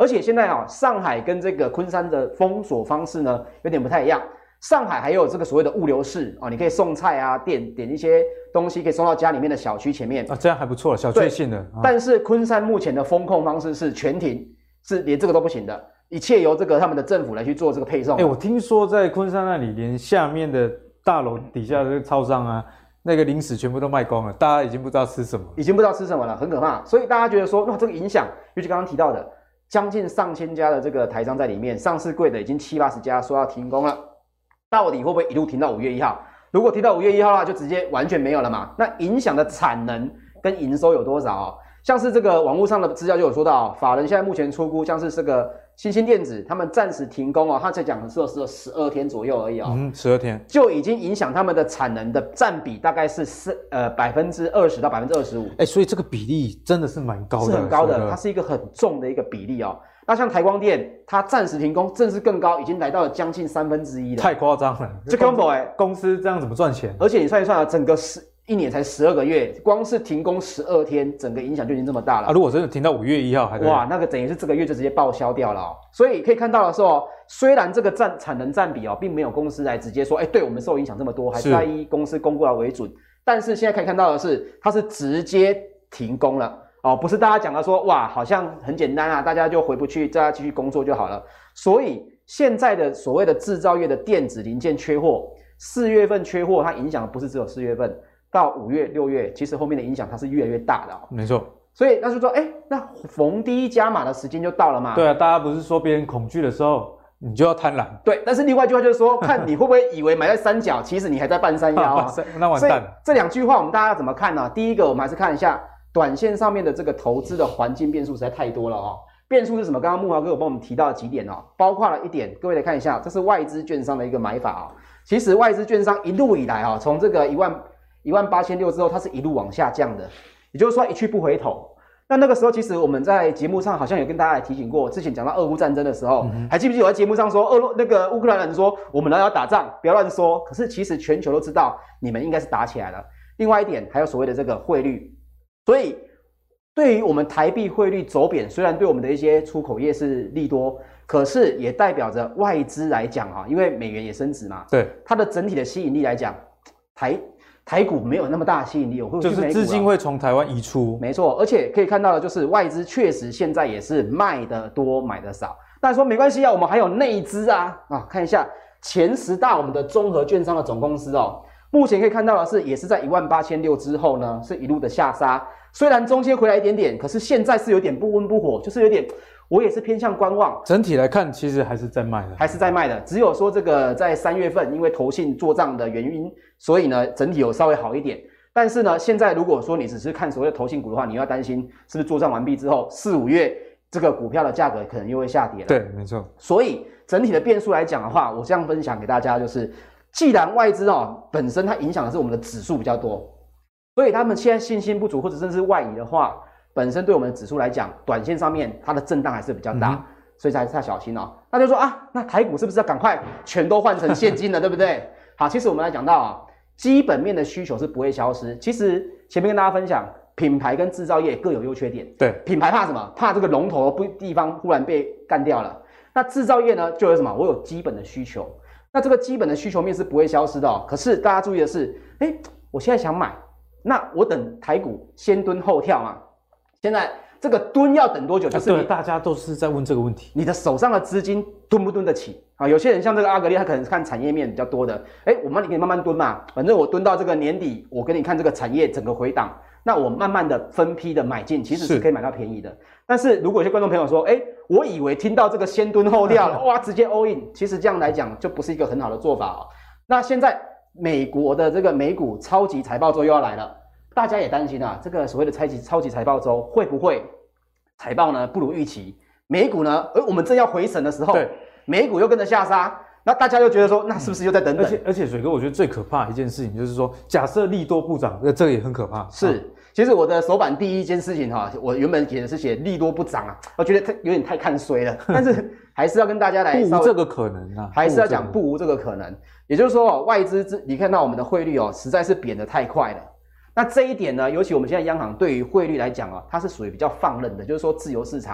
C: 而且现在啊，上海跟这个昆山的封锁方式呢有点不太一样。上海还有这个所谓的物流室啊，你可以送菜啊，点点一些东西可以送到家里面的小区前面
A: 啊，这样还不错，小确幸的。啊、
C: 但是昆山目前的风控方式是全停，是连这个都不行的，一切由这个他们的政府来去做这个配送。
A: 哎、欸，我听说在昆山那里，连下面的大楼底下的超商啊，那个零食全部都卖光了，大家已经不知道吃什么，
C: 已经不知道吃什么了，很可怕。所以大家觉得说，哇，这个影响，尤其刚刚提到的，将近上千家的这个台商在里面，上市柜的已经七八十家说要停工了。到底会不会一路停到五月一号？如果停到五月一号的话，就直接完全没有了嘛？那影响的产能跟营收有多少、哦？像是这个网络上的资料就有说到，法人现在目前出估，像是这个新兴电子，他们暂时停工哦，他才讲的是是十二天左右而已哦，
A: 嗯，十二天
C: 就已经影响他们的产能的占比大概是四呃百分之二十到百分之二十五。
A: 哎，所以这个比例真的是蛮高的，
C: 是很高的，它是一个很重的一个比例哦。那像台光电，它暂时停工，正是更高，已经来到了将近三分之一了，
A: 太夸张了。
C: 这公否哎，
A: 公司这样怎么赚钱？
C: 而且你算一算啊，整个十一年才十二个月，光是停工十二天，整个影响就已经这么大了
A: 啊！如果真的停到五月一号，还
C: 哇，那个等于是这个月就直接报销掉了哦。所以可以看到的是哦，虽然这个占产能占比哦，并没有公司来直接说，哎，对我们受影响这么多，还是要以公司公布来为准。但是现在可以看到的是，它是直接停工了。哦，不是大家讲的说，哇，好像很简单啊，大家就回不去，大家继续工作就好了。所以现在的所谓的制造业的电子零件缺货，四月份缺货，它影响不是只有四月份，到五月、六月，其实后面的影响它是越来越大的、哦。
A: 没错。
C: 所以那就说，哎，那逢低加码的时间就到了嘛？
A: 对啊，大家不是说别人恐惧的时候，你就要贪婪。
C: 对，但是另外一句话就是说，看你会不会以为买在山脚，其实你还在半山腰啊？
A: 那完蛋了。
C: 这两句话我们大家要怎么看呢？第一个，我们还是看一下。短线上面的这个投资的环境变数实在太多了哦。变数是什么？刚刚木华哥有帮我们提到几点哦，包括了一点，各位来看一下，这是外资券商的一个买法哦。其实外资券商一路以来啊、哦，从这个一万一万八千六之后，它是一路往下降的，也就是说一去不回头。那那个时候，其实我们在节目上好像有跟大家提醒过，之前讲到俄乌战争的时候，嗯、还记不记得我在节目上说，俄那个乌克兰人说我们要打仗，不要乱说。可是其实全球都知道，你们应该是打起来了。另外一点，还有所谓的这个汇率。所以，对于我们台币汇率走贬，虽然对我们的一些出口业是利多，可是也代表着外资来讲哈，因为美元也升值嘛，
A: 对
C: 它的整体的吸引力来讲，台台股没有那么大的吸引力，我
A: 就是资金会从台湾移出，
C: 没错，而且可以看到的就是外资确实现在也是卖的多买的少，但说没关系啊，我们还有内资啊啊，看一下前十大我们的综合券商的总公司哦。目前可以看到的是，也是在一万八千六之后呢，是一路的下杀。虽然中间回来一点点，可是现在是有点不温不火，就是有点，我也是偏向观望。
A: 整体来看，其实还是在卖的，
C: 还是在卖的。只有说这个在三月份，因为投信做账的原因，所以呢整体有稍微好一点。但是呢，现在如果说你只是看所谓的投信股的话，你要担心是不是做账完毕之后，四五月这个股票的价格可能又会下跌了。
A: 对，没错。
C: 所以整体的变数来讲的话，我这样分享给大家就是。既然外资哦本身它影响的是我们的指数比较多，所以他们现在信心不足或者甚至是外移的话，本身对我们的指数来讲，短线上面它的震荡还是比较大，嗯、所以才是要小心哦。那就说啊，那台股是不是要赶快全都换成现金了，对不对？好，其实我们来讲到啊，基本面的需求是不会消失。其实前面跟大家分享，品牌跟制造业各有优缺点。
A: 对，
C: 品牌怕什么？怕这个龙头不地方忽然被干掉了。那制造业呢，就有什么？我有基本的需求。那这个基本的需求面是不会消失的哦。可是大家注意的是，哎，我现在想买，那我等台股先蹲后跳嘛。现在这个蹲要等多久？就是
A: 对，大家都是在问这个问题。
C: 你的手上的资金蹲不蹲得起啊？有些人像这个阿格力，他可能看产业面比较多的，哎，我们你可以慢慢蹲嘛，反正我蹲到这个年底，我给你看这个产业整个回档，那我慢慢的分批的买进，其实是可以买到便宜的。但是如果有些观众朋友说，哎，我以为听到这个先蹲后跳了，哇，直接 all in， 其实这样来讲就不是一个很好的做法哦。那现在美国的这个美股超级财报周又要来了，大家也担心啊，这个所谓的超级超级财报周会不会财报呢不如预期？美股呢，而我们正要回审的时候，美股又跟着下杀。那大家又觉得说，那是不是又在等等？
A: 而且而且，水哥，我觉得最可怕的一件事情就是说，假设利多不涨，这个也很可怕。
C: 是，啊、其实我的手板第一件事情哈，我原本写的是写利多不涨啊，我觉得它有点太看衰了，但是还是要跟大家来
A: 不无这个可能啊，
C: 还是要讲不无这个可能。也就是说，外资你看到我们的汇率哦，实在是贬得太快了。那这一点呢，尤其我们现在央行对于汇率来讲啊，它是属于比较放任的，就是说自由市场。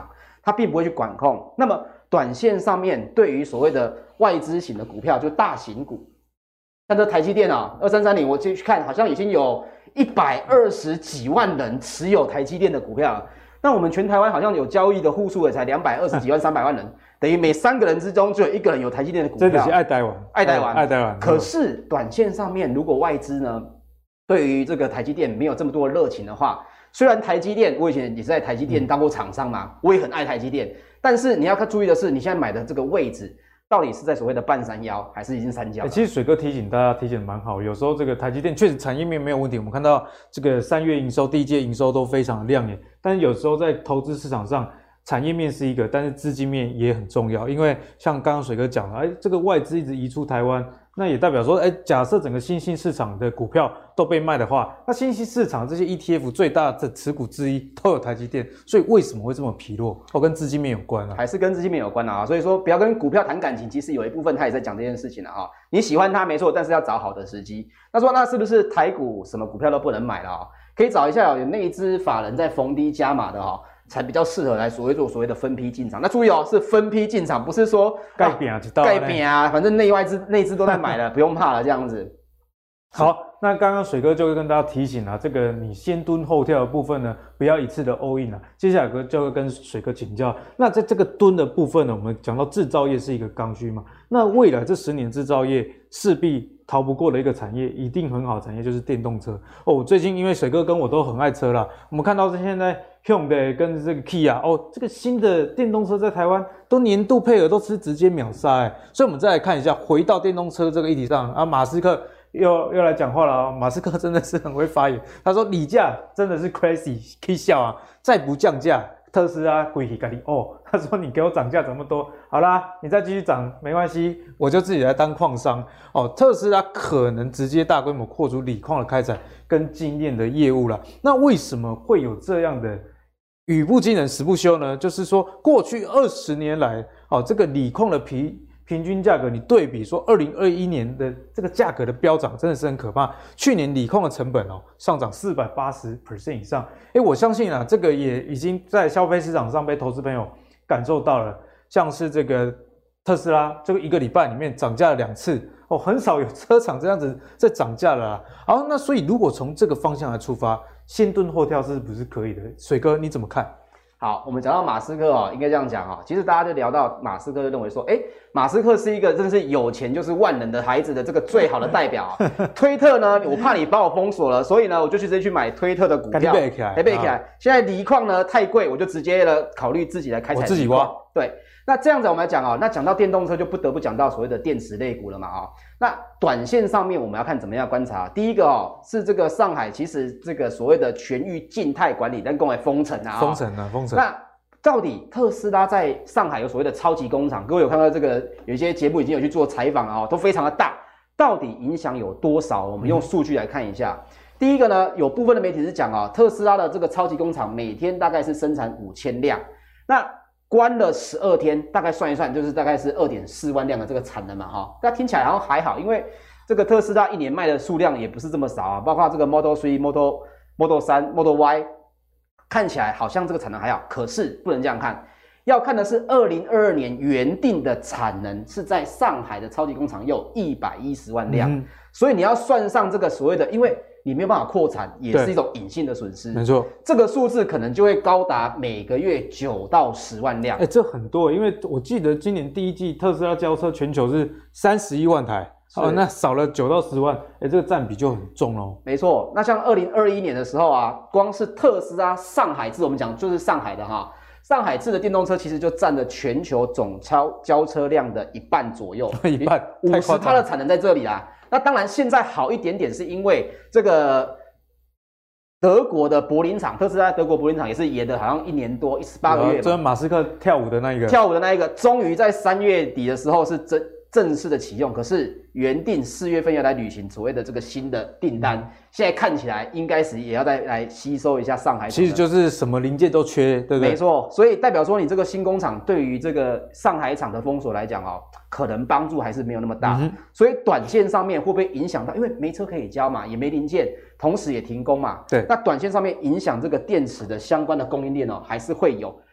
C: 它并不会去管控。那么短线上面对于所谓的外资型的股票，就大型股，像这台积电啊，二三三零，我去看好像已经有一百二十几万人持有台积电的股票了。那我们全台湾好像有交易的户数也才两百二十几万、三百万人，等于每三个人之中就有一个人有台积电的股票。
A: 这是爱台湾，
C: 爱台湾，
A: 爱台湾。
C: 可是短线上面，如果外资呢对于这个台积电没有这么多的热情的话，虽然台积电我以前也是在台积电当过厂商嘛，嗯、我也很爱台积电，但是你要注意的是，你现在买的这个位置。到底是在所谓的半山腰，还是已经三角、
A: 欸？其实水哥提醒大家，提醒的蛮好。有时候这个台积电确实产业面没有问题，我们看到这个三月营收、第一季营收都非常的亮眼。但是有时候在投资市场上，产业面是一个，但是资金面也很重要。因为像刚刚水哥讲了，哎，这个外资一直移出台湾，那也代表说，哎，假设整个新兴市场的股票都被卖的话，那新兴市场这些 E T F 最大的持股之一都有台积电，所以为什么会这么疲弱？哦，跟资金面有关啊，
C: 还是跟资金面有关啊？所以说不要跟股票谈感情，其实有一部分他也在讲这件事情了啊。你喜欢它没错，但是要找好的时机。那说那是不是台股什么股票都不能买了啊？可以找一下有内资法人在逢低加码的哈。才比较适合来所谓做所谓的分批进场。那注意哦，是分批进场，不是说
A: 盖饼啊，
C: 盖饼啊，反正内外资内资都在买了，不用怕了这样子。
A: 好，那刚刚水哥就会跟大家提醒啊，这个你先蹲后跳的部分呢，不要一次的 all in 啊。接下来就会跟水哥请教，那在这个蹲的部分呢，我们讲到制造业是一个刚需嘛，那未来这十年制造业势必逃不过的一个产业，一定很好的产业就是电动车哦。最近因为水哥跟我都很爱车啦，我们看到现在 Hyundai 跟这个 Kia 哦，这个新的电动车在台湾都年度配额都是直接秒杀哎，所以我们再来看一下，回到电动车这个议题上啊，马斯克又又来讲话了哦，马斯克真的是很会发言，他说理价真的是 crazy， 可以笑啊，再不降价。特斯拉归去给你哦，他说你给我涨价这么多，好啦，你再继续涨没关系，我就自己来当矿商哦。特斯拉可能直接大规模扩出锂矿的开采跟精炼的业务啦。那为什么会有这样的语不惊人死不休呢？就是说过去二十年来，哦，这个锂矿的平平均价格，你对比说二零二一年的这个价格的飙涨，真的是很可怕。去年锂矿的成本哦上涨 百分之四百八十 以上，诶，我相信啊，这个也已经在消费市场上被投资朋友感受到了。像是这个特斯拉，这个一个礼拜里面涨价了两次哦，很少有车厂这样子在涨价了啦。好，那所以如果从这个方向来出发，先蹲后跳是不是可以的？水哥你怎么看？
C: 好，我们讲到马斯克哦，应该这样讲哦。其实大家就聊到马斯克，就认为说，哎，马斯克是一个真的是有钱就是万能的孩子的这个最好的代表、哦。推特呢，我怕你把我封锁了，所以呢，我就去直接去买推特的股票，
A: 背起来，
C: 背起来。现在锂矿呢太贵，我就直接了考虑自己来开采，
A: 我自己挖。
C: 对，那这样子我们来讲哦，那讲到电动车就不得不讲到所谓的电池类股了嘛哦。那短线上面我们要看怎么样观察。第一个哦，是这个上海其实这个所谓的全域静态管理，但更为封城啊、哦，
A: 封城啊，封城。
C: 那到底特斯拉在上海有所谓的超级工厂，各位有看到这个有一些节目已经有去做采访啊、哦，都非常的大，到底影响有多少？我们用数据来看一下。嗯、第一个呢，有部分的媒体是讲啊、哦，特斯拉的这个超级工厂每天大概是生产五千辆，那关了十二天，大概算一算，就是大概是 二点四万辆的这个产能嘛，哈、哦，那听起来好像还好，因为这个特斯拉一年卖的数量也不是这么少啊，包括这个 Model 三、Model Model 三、Model Y， 看起来好像这个产能还好，可是不能这样看，要看的是二零二二年原定的产能是在上海的超级工厂有一百一十万辆，嗯、所以你要算上这个所谓的，因为你没有办法扩产，也是一种隐性的损失。
A: 没错，
C: 这个数字可能就会高达每个月九到十万辆。
A: 哎、欸，这很多，因为我记得今年第一季特斯拉交车全球是三十一万台，哦，那少了九到十万，哎、欸，这个占比就很重咯。
C: 没错，那像二零二一年的时候啊，光是特斯拉上海制，我们讲就是上海的哈，上海制的电动车其实就占了全球总交交车辆的一半左右，
A: 一半，
C: 五十趴的产能在这里啦。那当然，现在好一点点，是因为这个德国的柏林厂，特斯拉德国柏林厂也是延的，好像一年多，十八个月。
A: 这马斯克跳舞的那一个，
C: 跳舞的那一个，终于在三月底的时候是正正式的启用。可是原定四月份要来履行所谓的这个新的订单，嗯、现在看起来应该是也要再来吸收一下上海厂。
A: 其实就是什么零件都缺，对不对？
C: 没错，所以代表说你这个新工厂对于这个上海厂的封锁来讲哦。可能帮助还是没有那么大，嗯、所以短线上面会不会影响到？因为没车可以交嘛，也没零件，同时也停工嘛。
A: 对，
C: 那短线上面影响这个电池的相关的供应链哦，还是会有。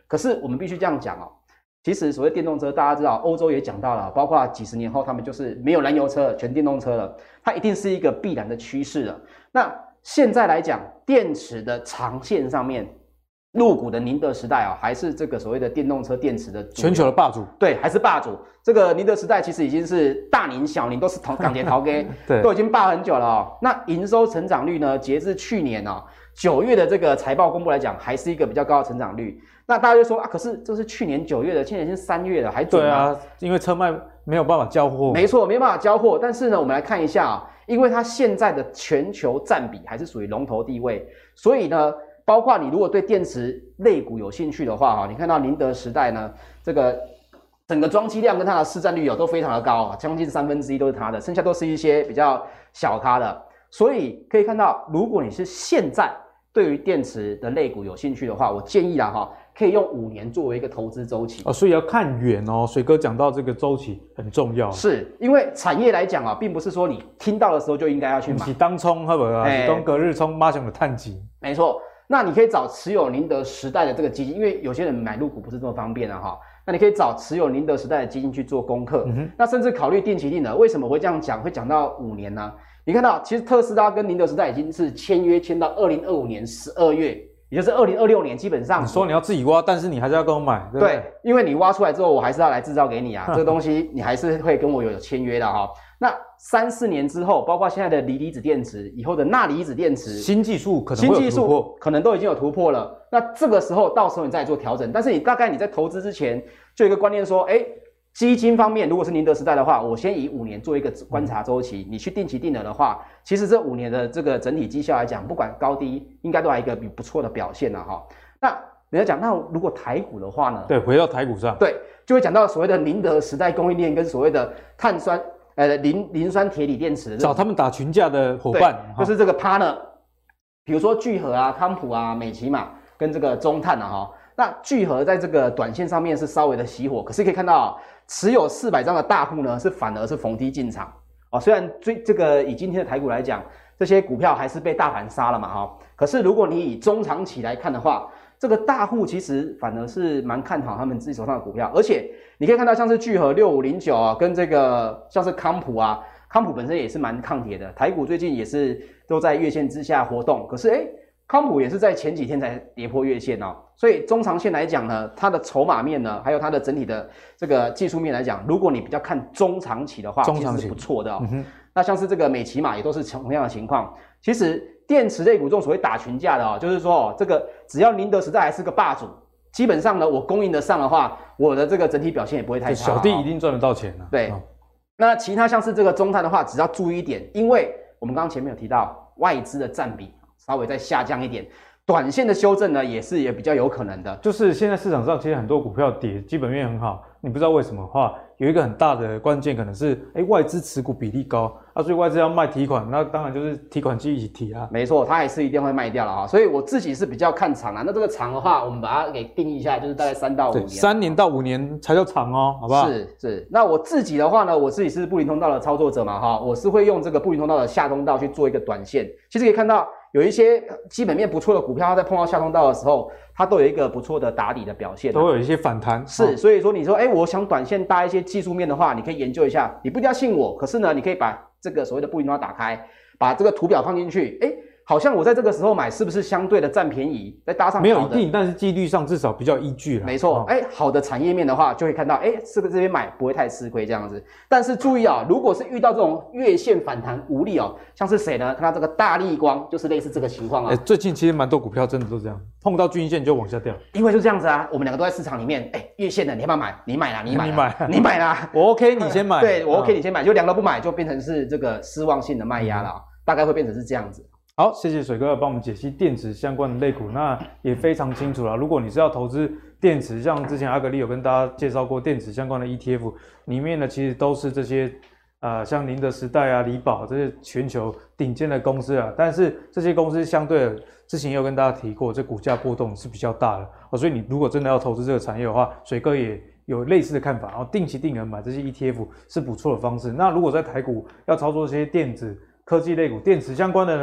C: 可是我们必须这样讲哦，其实所谓电动车，大家知道，欧洲也讲到了，包括几十年后他们就是没有燃油车了，全电动车了，它一定是一个必然的趋势了。那现在来讲，电池的长线上面，入股的宁德时代啊、哦，还是这个所谓的电动车电池的
A: 全球的霸主，
C: 对，还是霸主。这个宁德时代其实已经是大宁小宁都是同港铁陶给，
A: 对，
C: 都已经霸很久了哦。那营收成长率呢，截至去年哦九月的这个财报公布来讲，还是一个比较高的成长率。那大家就说啊，可是这是去年九月的，现在已经三月了，还准吗？
A: 对啊，因为车卖没有办法交货，
C: 没错，没办法交货。但是呢，我们来看一下啊，因为它现在的全球占比还是属于龙头地位，所以呢，包括你如果对电池类股有兴趣的话哈，你看到宁德时代呢，这个整个装机量跟它的市占率哦都非常的高啊，将近三分之一都是它的，剩下都是一些比较小咖的。所以可以看到，如果你是现在对于电池的类股有兴趣的话，我建议啦哈，可以用五年作为一个投资周期
A: 哦，所以要看远哦。水哥讲到这个周期很重要，
C: 是因为产业来讲啊，并不是说你听到的时候就应该要去买，
A: 是当冲好不好啊？是当隔日冲，马上的探级。
C: 没错，那你可以找持有宁德时代的这个基金，因为有些人买入股不是这么方便啊哈。那你可以找持有宁德时代的基金去做功课，嗯、那甚至考虑定期定额。为什么会这样讲？会讲到五年呢？你看到，其实特斯拉跟宁德时代已经是签约签到二零二五年十二月，也就是二零二六年，基本上
A: 你说你要自己挖，但是你还是要跟我买，对不对？
C: 对，因为你挖出来之后，我还是要来制造给你啊，这个东西你还是会跟我有有签约的哈。那三四年之后，包括现在的锂离子电池，以后的钠离子电池，
A: 新技术可能会有突破，
C: 新技术可能都已经有突破了。那这个时候，到时候你再做调整，但是你大概你在投资之前，就有一个观念说，哎。基金方面，如果是宁德时代的话，我先以五年做一个观察周期。你去定期定额的话，其实这五年的这个整体绩效来讲，不管高低，应该都还有一个比不错的表现了哈。那人家讲，那如果台股的话呢？
A: 对，回到台股上，
C: 对，就会讲到所谓的宁德时代供应链跟所谓的碳酸呃磷磷酸铁锂电池的，
A: 找他们打群架的伙伴，
C: 就是这个 partner， 比如说聚合啊、康普啊、美骑马跟这个中碳啊哈。那聚合在这个短线上面是稍微的熄火，可是可以看到。持有四百张的大户呢，是反而是逢低进场哦。虽然最这个以今天的台股来讲，这些股票还是被大盘杀了嘛哈、哦。可是如果你以中长期来看的话，这个大户其实反而是蛮看好他们自己手上的股票，而且你可以看到像是聚合六五零九啊，跟这个像是康普啊，康普本身也是蛮抗跌的，台股最近也是都在月线之下活动，可是哎。康普也是在前几天才跌破月线哦，所以中长线来讲呢，它的筹码面呢，还有它的整体的这个技术面来讲，如果你比较看中长期的话，其实是不错的哦。嗯、那像是这个美骑马也都是同样的情况。其实电池类股这种所谓打群架的哦，就是说哦，这个只要宁德时代还是个霸主，基本上呢，我供应得上的话，我的这个整体表现也不会太差、哦。
A: 小弟一定赚得到钱啊。
C: 对，哦、那其他像是这个中碳的话，只要注意一点，因为我们刚刚前面有提到外资的占比。稍微再下降一点，短线的修正呢，也是也比较有可能的。
A: 就是现在市场上其实很多股票跌，基本面很好，你不知道为什么的话，有一个很大的关键可能是，哎，外资持股比例高啊，所以外资要卖提款，那当然就是提款机一起提啊。
C: 没错，它还是一定会卖掉了啊。所以我自己是比较看长啊。那这个长的话，我们把它给定义一下，就是大概三到五年，
A: 三年到五年才叫长哦，好不好？
C: 是是。那我自己的话呢，我自己是布林通道的操作者嘛，哈，我是会用这个布林通道的下通道去做一个短线。其实可以看到。有一些基本面不错的股票，它在碰到下通道的时候，它都有一个不错的打底的表现、啊，
A: 都有一些反弹。
C: 是，哦、所以说你说，哎，我想短线搭一些技术面的话，你可以研究一下。你不一定要信我，可是呢，你可以把这个所谓的布林通道打开，把这个图表放进去，哎。好像我在这个时候买，是不是相对的占便宜？再搭上
A: 没有一定，但是几率上至少比较依据了。
C: 没错，哎、哦，好的产业面的话，就会看到，哎，这个这边买不会太吃亏这样子。但是注意啊，如果是遇到这种月线反弹无力哦，像是谁呢？看到这个大立光，就是类似这个情况啊。
A: 哎，最近其实蛮多股票真的都这样，碰到均线就往下掉。
C: 因为就这样子啊，我们两个都在市场里面，哎，月线的你要不要买？你买啦，你买啦，
A: 你买，
C: 你买啦，
A: 我 OK， 你先买。
C: 对，我 OK， 你先买，就两个不买，就变成是这个失望性的卖压了、嗯，大概会变成是这样子。
A: 好，谢谢水哥帮我们解析电池相关的类股，那也非常清楚了。如果你是要投资电池，像之前阿格力有跟大家介绍过电池相关的 E T F， 里面呢其实都是这些呃像宁德时代啊、力宝这些全球顶尖的公司啊，但是这些公司相对的，之前也有跟大家提过，这股价波动是比较大的哦，所以你如果真的要投资这个产业的话，水哥也有类似的看法，然后定期定额买这些 E T F 是不错的方式。那如果在台股要操作这些电子科技类股、电池相关的呢，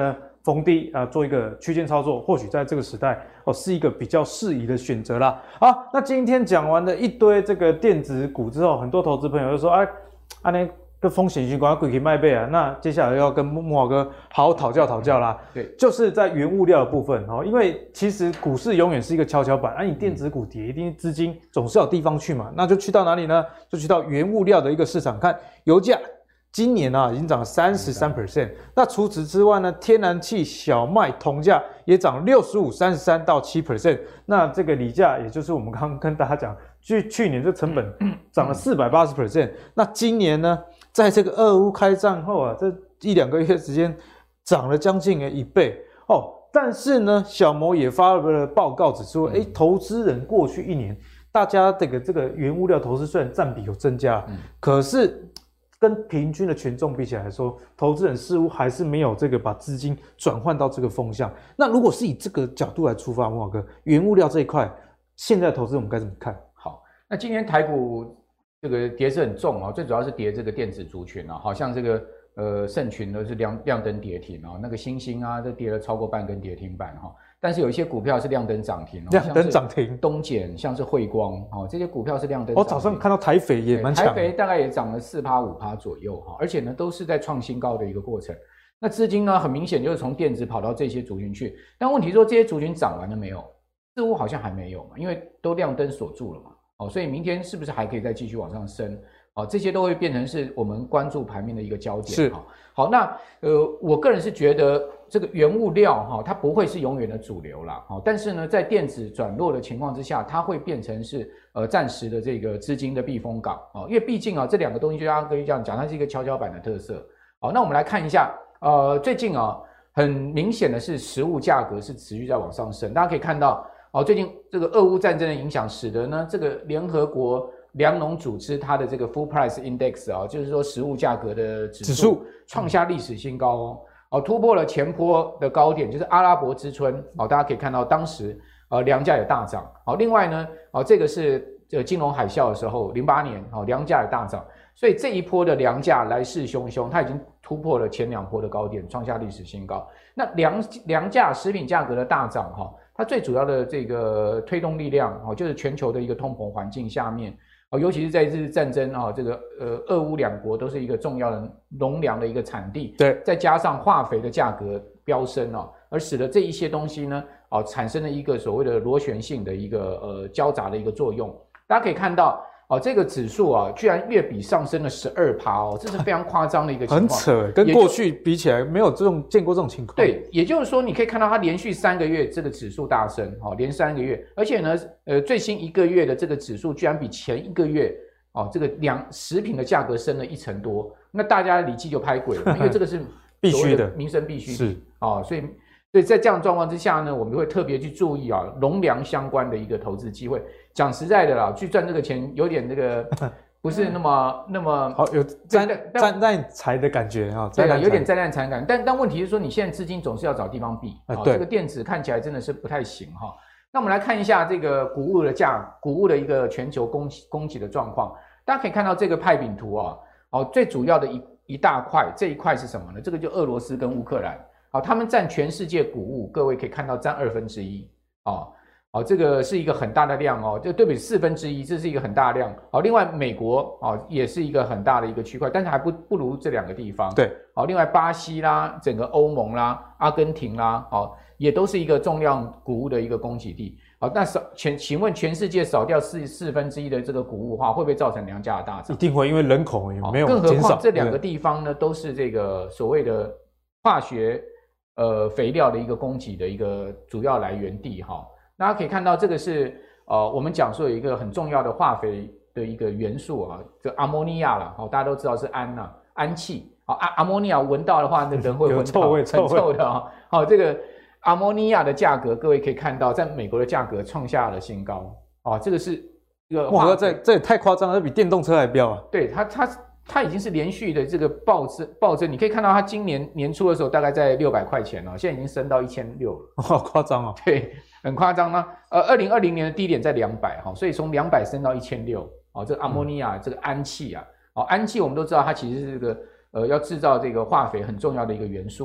A: 逢低啊、呃、做一个区间操作，或许在这个时代哦是一个比较适宜的选择啦。好，那今天讲完了一堆这个电子股之后，很多投资朋友就说，哎，安尼跟风险循环，鬼可以卖背啊。那接下来要跟木华哥好好讨教讨教啦。
B: 对，
A: 就是在原物料的部分哦，因为其实股市永远是一个跷跷板，啊，你电子股跌，一定资金总是有地方去嘛，那就去到哪里呢？就去到原物料的一个市场，看油价。今年啊，已经涨了 百分之三十三。那除此之外呢，天然气、小麦、铜价也涨六十五、三十三到百分之七。那这个锂价，也就是我们刚刚跟大家讲，去去年这成本涨了 百分之四百八十。那今年呢，在这个俄乌开战后啊，这一两个月时间涨了将近一倍哦。但是呢，小摩也发了报告指出，哎，投资人过去一年，大家这个这个原物料投资虽然占比有增加，嗯、可是跟平均的权重比起来说，投资人似乎还是没有这个把资金转换到这个风向。那如果是以这个角度来出发，木华哥，原物料这一块，现在的投资人我们该怎么看？
B: 好，那今天台股这个跌是很重啊，最主要是跌这个电子族群啊，好像这个呃盛群都是亮亮灯跌停啊，那个星星啊，都跌了超过半根跌停板哈。但是有一些股票是亮灯涨停，
A: 亮灯涨停，
B: 东碱像是汇光哦，这些股票是亮灯。
A: 我、哦、早上看到台肥也蛮强，
B: 台肥大概也涨了四趴五趴左右哈，而且呢都是在创新高的一个过程。那资金呢很明显就是从电子跑到这些族群去，但问题说这些族群涨完了没有？似乎好像还没有嘛，因为都亮灯锁住了嘛。哦，所以明天是不是还可以再继续往上升？哦，这些都会变成是我们关注盘面的一个焦点。
A: 是，
B: 好，那呃，我个人是觉得这个原物料哈、哦，它不会是永远的主流啦。哦，但是呢，在电子转弱的情况之下，它会变成是呃暂时的这个资金的避风港哦，因为毕竟啊，这两个东西就像跟你这样讲，它是一个跷跷板的特色。好，那我们来看一下，呃，最近啊，很明显的是食物价格是持续在往上升，大家可以看到，哦，最近这个俄乌战争的影响，使得呢这个联合国粮农组织它的这个 Food Price Index 啊，就是说食物价格的指数创下历史新高哦，哦突破了前波的高点，就是阿拉伯之春哦，大家可以看到当时呃粮价也大涨，好，另外呢哦这个是呃金融海啸的时候，零八年哦粮价也大涨，所以这一波的粮价来势汹汹，它已经突破了前两波的高点，创下历史新高。那粮粮价食品价格的大涨哈，它最主要的这个推动力量哦，就是全球的一个通膨环境下面。哦，尤其是在日战争啊、哦，这个呃，俄乌两国都是一个重要的农粮的一个产地，
A: 对，
B: 再加上化肥的价格飙升哦，而使得这一些东西呢，哦，产生了一个所谓的螺旋性的一个呃交杂的一个作用。大家可以看到，哦，这个指数啊，居然月比上升了 百分之十二 哦，这是非常夸张的一个情况，
A: 很扯，跟过去比起来，没有这种见过这种情况。
B: 对，也就是说，你可以看到它连续三个月这个指数大升，哦，连三个月，而且呢，呃，最新一个月的这个指数居然比前一个月哦，这个粮食品的价格升了一成多，那大家理气就拍鬼了，因为这个是
A: 必须的
B: 民生必须
A: 是
B: 哦，所以所以在这样的状况之下呢，我们会特别去注意啊，农粮相关的一个投资机会。讲实在的啦，去赚这个钱有点那个不是那么那么
A: 好有沾沾沾财的感觉啊，
B: 对啊，有点沾沾财感。但但问题是说，你现在资金总是要找地方避啊、哦，这个电子看起来真的是不太行哈、哦。那我们来看一下这个谷物的价，谷物的一个全球供给供给的状况。大家可以看到这个派饼图啊，哦，最主要的一一大块，这一块是什么呢？这个就俄罗斯跟乌克兰，好、哦，他们占全世界谷物，各位可以看到占二分之一，哦。哦，这个是一个很大的量哦，就对比四分之一，这是一个很大的量。好、哦，另外美国哦也是一个很大的一个区块，但是还不不如这两个地方。
A: 对，
B: 好、哦，另外巴西啦，整个欧盟啦，阿根廷啦，哦也都是一个重量谷物的一个供给地。好、哦，那少全请问全世界少掉四四分之一的这个谷物的话，会不会造成粮价的大涨？
A: 一定会，因为人口也没有减少。
B: 哦、更何况这两个地方呢，都是这个所谓的化学呃肥料的一个供给的一个主要来源地哈。哦大家可以看到，这个是呃，我们讲说有一个很重要的化肥的一个元素啊，这阿莫尼亚啦，好、哦，大家都知道是氨呐、啊，氨气。好、哦，阿阿莫尼亚闻到的话，那人会昏倒，
A: 臭味，
B: 很臭的啊、哦。好、哦，这个阿莫尼亚的价格，各位可以看到，在美国的价格创下了新高。哦，这个是一个
A: 哇，这这也太夸张了，这比电动车还飙啊！
B: 对它，它它已经是连续的这个暴增暴增，你可以看到它今年年初的时候大概在六百块钱哦，现在已经升到一千六了，
A: 好夸张哦。
B: 对。很夸张呢，呃，二零二零年的低点在两百哈，所以从两百升到一千六，哦，这个阿莫尼亚、嗯、这个氨气啊，哦，氨气我们都知道它其实是这个呃要制造这个化肥很重要的一个元素哈。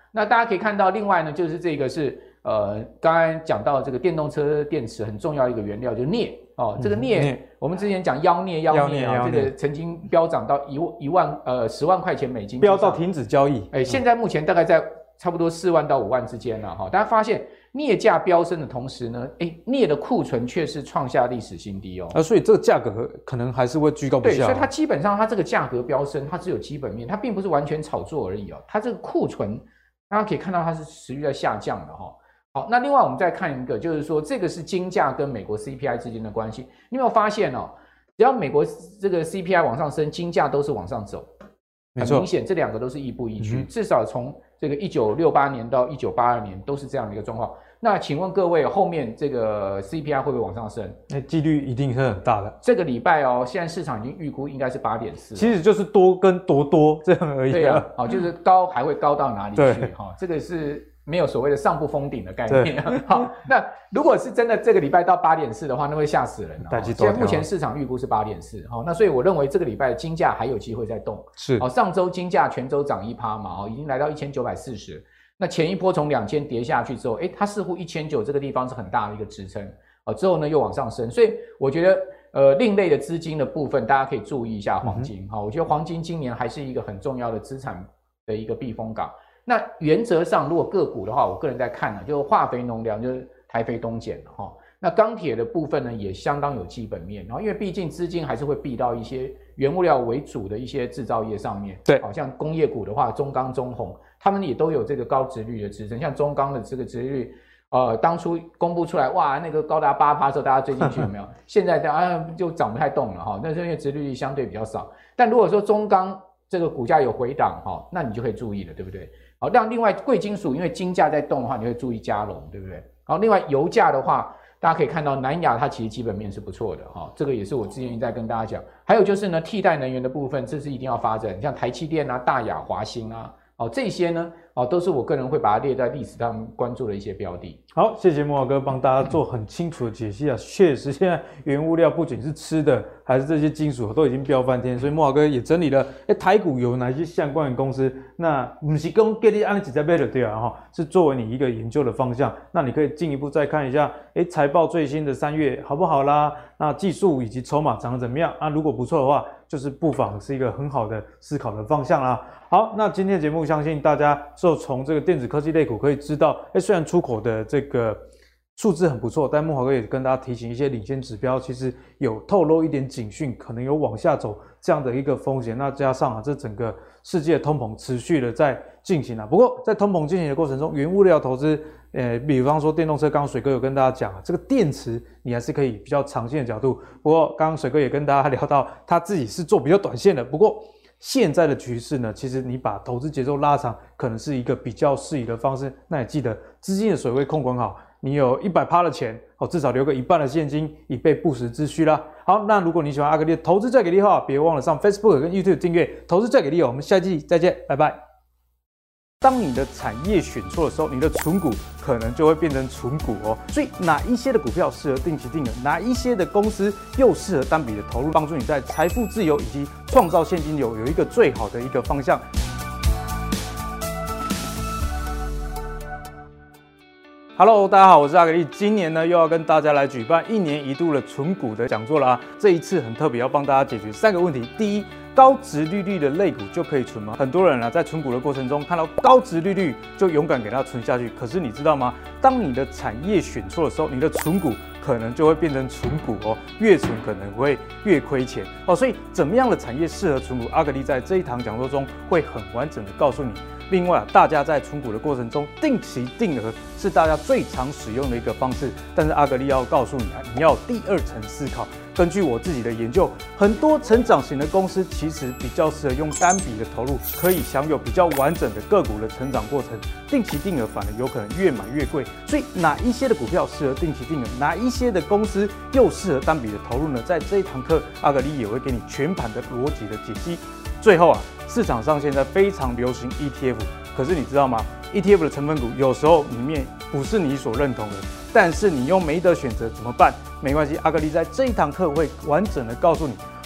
B: 那大家可以看到，另外呢，就是这个是呃，刚刚讲到这个电动车电池很重要的一个原料，就是镍哦。这个镍，嗯、我们之前讲妖镍，妖镍啊，这个曾经飙涨到一一万呃十万块钱美金，
A: 飙到停止交易。
B: 哎，现在目前大概在差不多四万到五万之间了哈。大家发现镍价飙升的同时呢，哎，镍的库存却是创下历史新低哦。
A: 啊，所以这个价格可能还是会居高不下。
B: 对，所以它基本上它这个价格飙升，它只有基本面，它并不是完全炒作而已哦。它这个库存，大家可以看到它是持续在下降的哈。好，那另外我们再看一个，就是说这个是金价跟美国 C P I 之间的关系。你有没有发现哦？只要美国这个 C P I 往上升，金价都是往上走。很明显，这两个都是亦步亦趋，嗯、至少从这个一九六八年到一九八二年都是这样的一个状况。那请问各位，后面这个 C P I 会不会往上升？
A: 那几率一定是很大的。
B: 这个礼拜哦，现在市场已经预估应该是八点四，
A: 其实就是多跟多多这样而已。
B: 对啊，好，就是高还会高到哪里去？哈，这个是没有所谓的上不封顶的概念。好，那如果是真的这个礼拜到八点四的话，那会吓死人了。现在目前市场预估是八点四，好，那所以我认为这个礼拜金价还有机会再动。
A: 是，
B: 好，上周金价全周涨一趴嘛，哦，已经来到一千九百四十。那前一波从两千跌下去之后，诶，它似乎一千九这个地方是很大的一个支撑，哦，之后呢又往上升，所以我觉得呃另类的资金的部分，大家可以注意一下黄金。好、嗯，我觉得黄金今年还是一个很重要的资产的一个避风港。那原则上，如果个股的话，我个人在看呢，就化肥农粮就是台肥东碱哈、哦。那钢铁的部分呢，也相当有基本面，然后因为毕竟资金还是会避到一些原物料为主的一些制造业上面，
A: 对，
B: 好像工业股的话，中钢、中鸿。他们也都有这个高殖率的支撑，像中钢的这个殖率，呃，当初公布出来，哇，那个高达八趴的时候，大家追进去有没有？现在大家就涨不太动了哈，那是因为殖利率相对比较少。但如果说中钢这个股价有回档哈，那你就可以注意了，对不对？好，让另外贵金属，因为金价在动的话，你会注意嘉龙，对不对？好，另外油价的话，大家可以看到南亚它其实基本面是不错的哈，这个也是我之前一直在跟大家讲。还有就是呢，替代能源的部分，这是一定要发展，像台积电啊、大亚、华兴啊。哦，这些呢，哦，都是我个人会把它列在历史上关注的一些标的。
A: 好，谢谢木华哥帮大家做很清楚的解析啊。确实，现在原物料不仅是吃的，还是这些金属都已经飙翻天，所以木华哥也整理了，哎，台股有哪些相关的公司？那不是跟给你按几在背的对啊哈，是作为你一个研究的方向。那你可以进一步再看一下，哎，财报最新的三月好不好啦？那技术以及筹码涨得怎么样？啊，如果不错的话，就是不妨是一个很好的思考的方向啦。好，那今天的节目相信大家就从这个电子科技类股可以知道，哎，虽然出口的这个数字很不错，但木华哥也跟大家提醒一些领先指标，其实有透露一点警讯，可能有往下走这样的一个风险。那加上啊，这整个世界通膨持续的在进行啊。不过在通膨进行的过程中，原物料投资，呃，比方说电动车，刚刚水哥有跟大家讲啊，这个电池你还是可以比较长线的角度。不过刚刚水哥也跟大家聊到，他自己是做比较短线的，不过现在的局势呢，其实你把投资节奏拉长，可能是一个比较适宜的方式。那也记得资金的水位控管好，你有 百分之百 的钱，哦，至少留个一半的现金，以备不时之需啦。好，那如果你喜欢阿格力的投资最给力的话，别忘了上 Facebook 跟 YouTube 订阅投资最给力哦。我们下期再见，拜拜。当你的产业选错的时候，你的存股可能就会变成存股哦。所以哪一些的股票适合定期定额，哪一些的公司又适合单笔的投入，帮助你在财富自由以及创造现金流有一个最好的一个方向。Hello， 大家好，我是阿格力。今年呢又要跟大家来举办一年一度的存股的讲座啦。这一次很特别，要帮大家解决三个问题。第一，高殖利率的类股就可以存吗？很多人啊在存股的过程中看到高殖利率就勇敢给它存下去。可是你知道吗？当你的产业选错的时候，你的存股可能就会变成存股哦，越存可能会越亏钱哦。所以怎么样的产业适合存股？阿格力在这一堂讲座中会很完整的告诉你。另外，大家在存股的过程中，定期定额是大家最常使用的一个方式。但是阿格力要告诉你啊，你要有第二层思考。根据我自己的研究，很多成长型的公司其实比较适合用单笔的投入，可以享有比较完整的个股的成长过程。定期定额反而有可能越买越贵。所以哪一些的股票适合定期定额，哪一些的公司又适合单笔的投入呢？在这一堂课，阿格力也会给你全盘的逻辑的解析。最后啊，市场上现在非常流行 E T F， 可是你知道吗 ？E T F 的成分股有时候里面不是你所认同的，但是你又没得选择怎么办？没关系，阿格力在这一堂课会完整的告诉你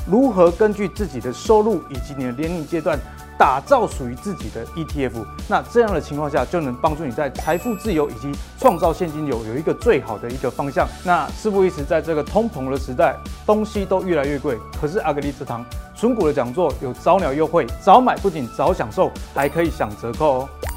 A: 如何根据自己的收入以及你的年龄阶段，打造属于自己的 E T F。那这样的情况下，就能帮助你在财富自由以及创造现金流有一个最好的一个方向。那事不宜迟，在这个通膨的时代，东西都越来越贵，可是阿格力这堂纯股的讲座有早鸟优惠，早买不仅早享受，还可以享折扣哦。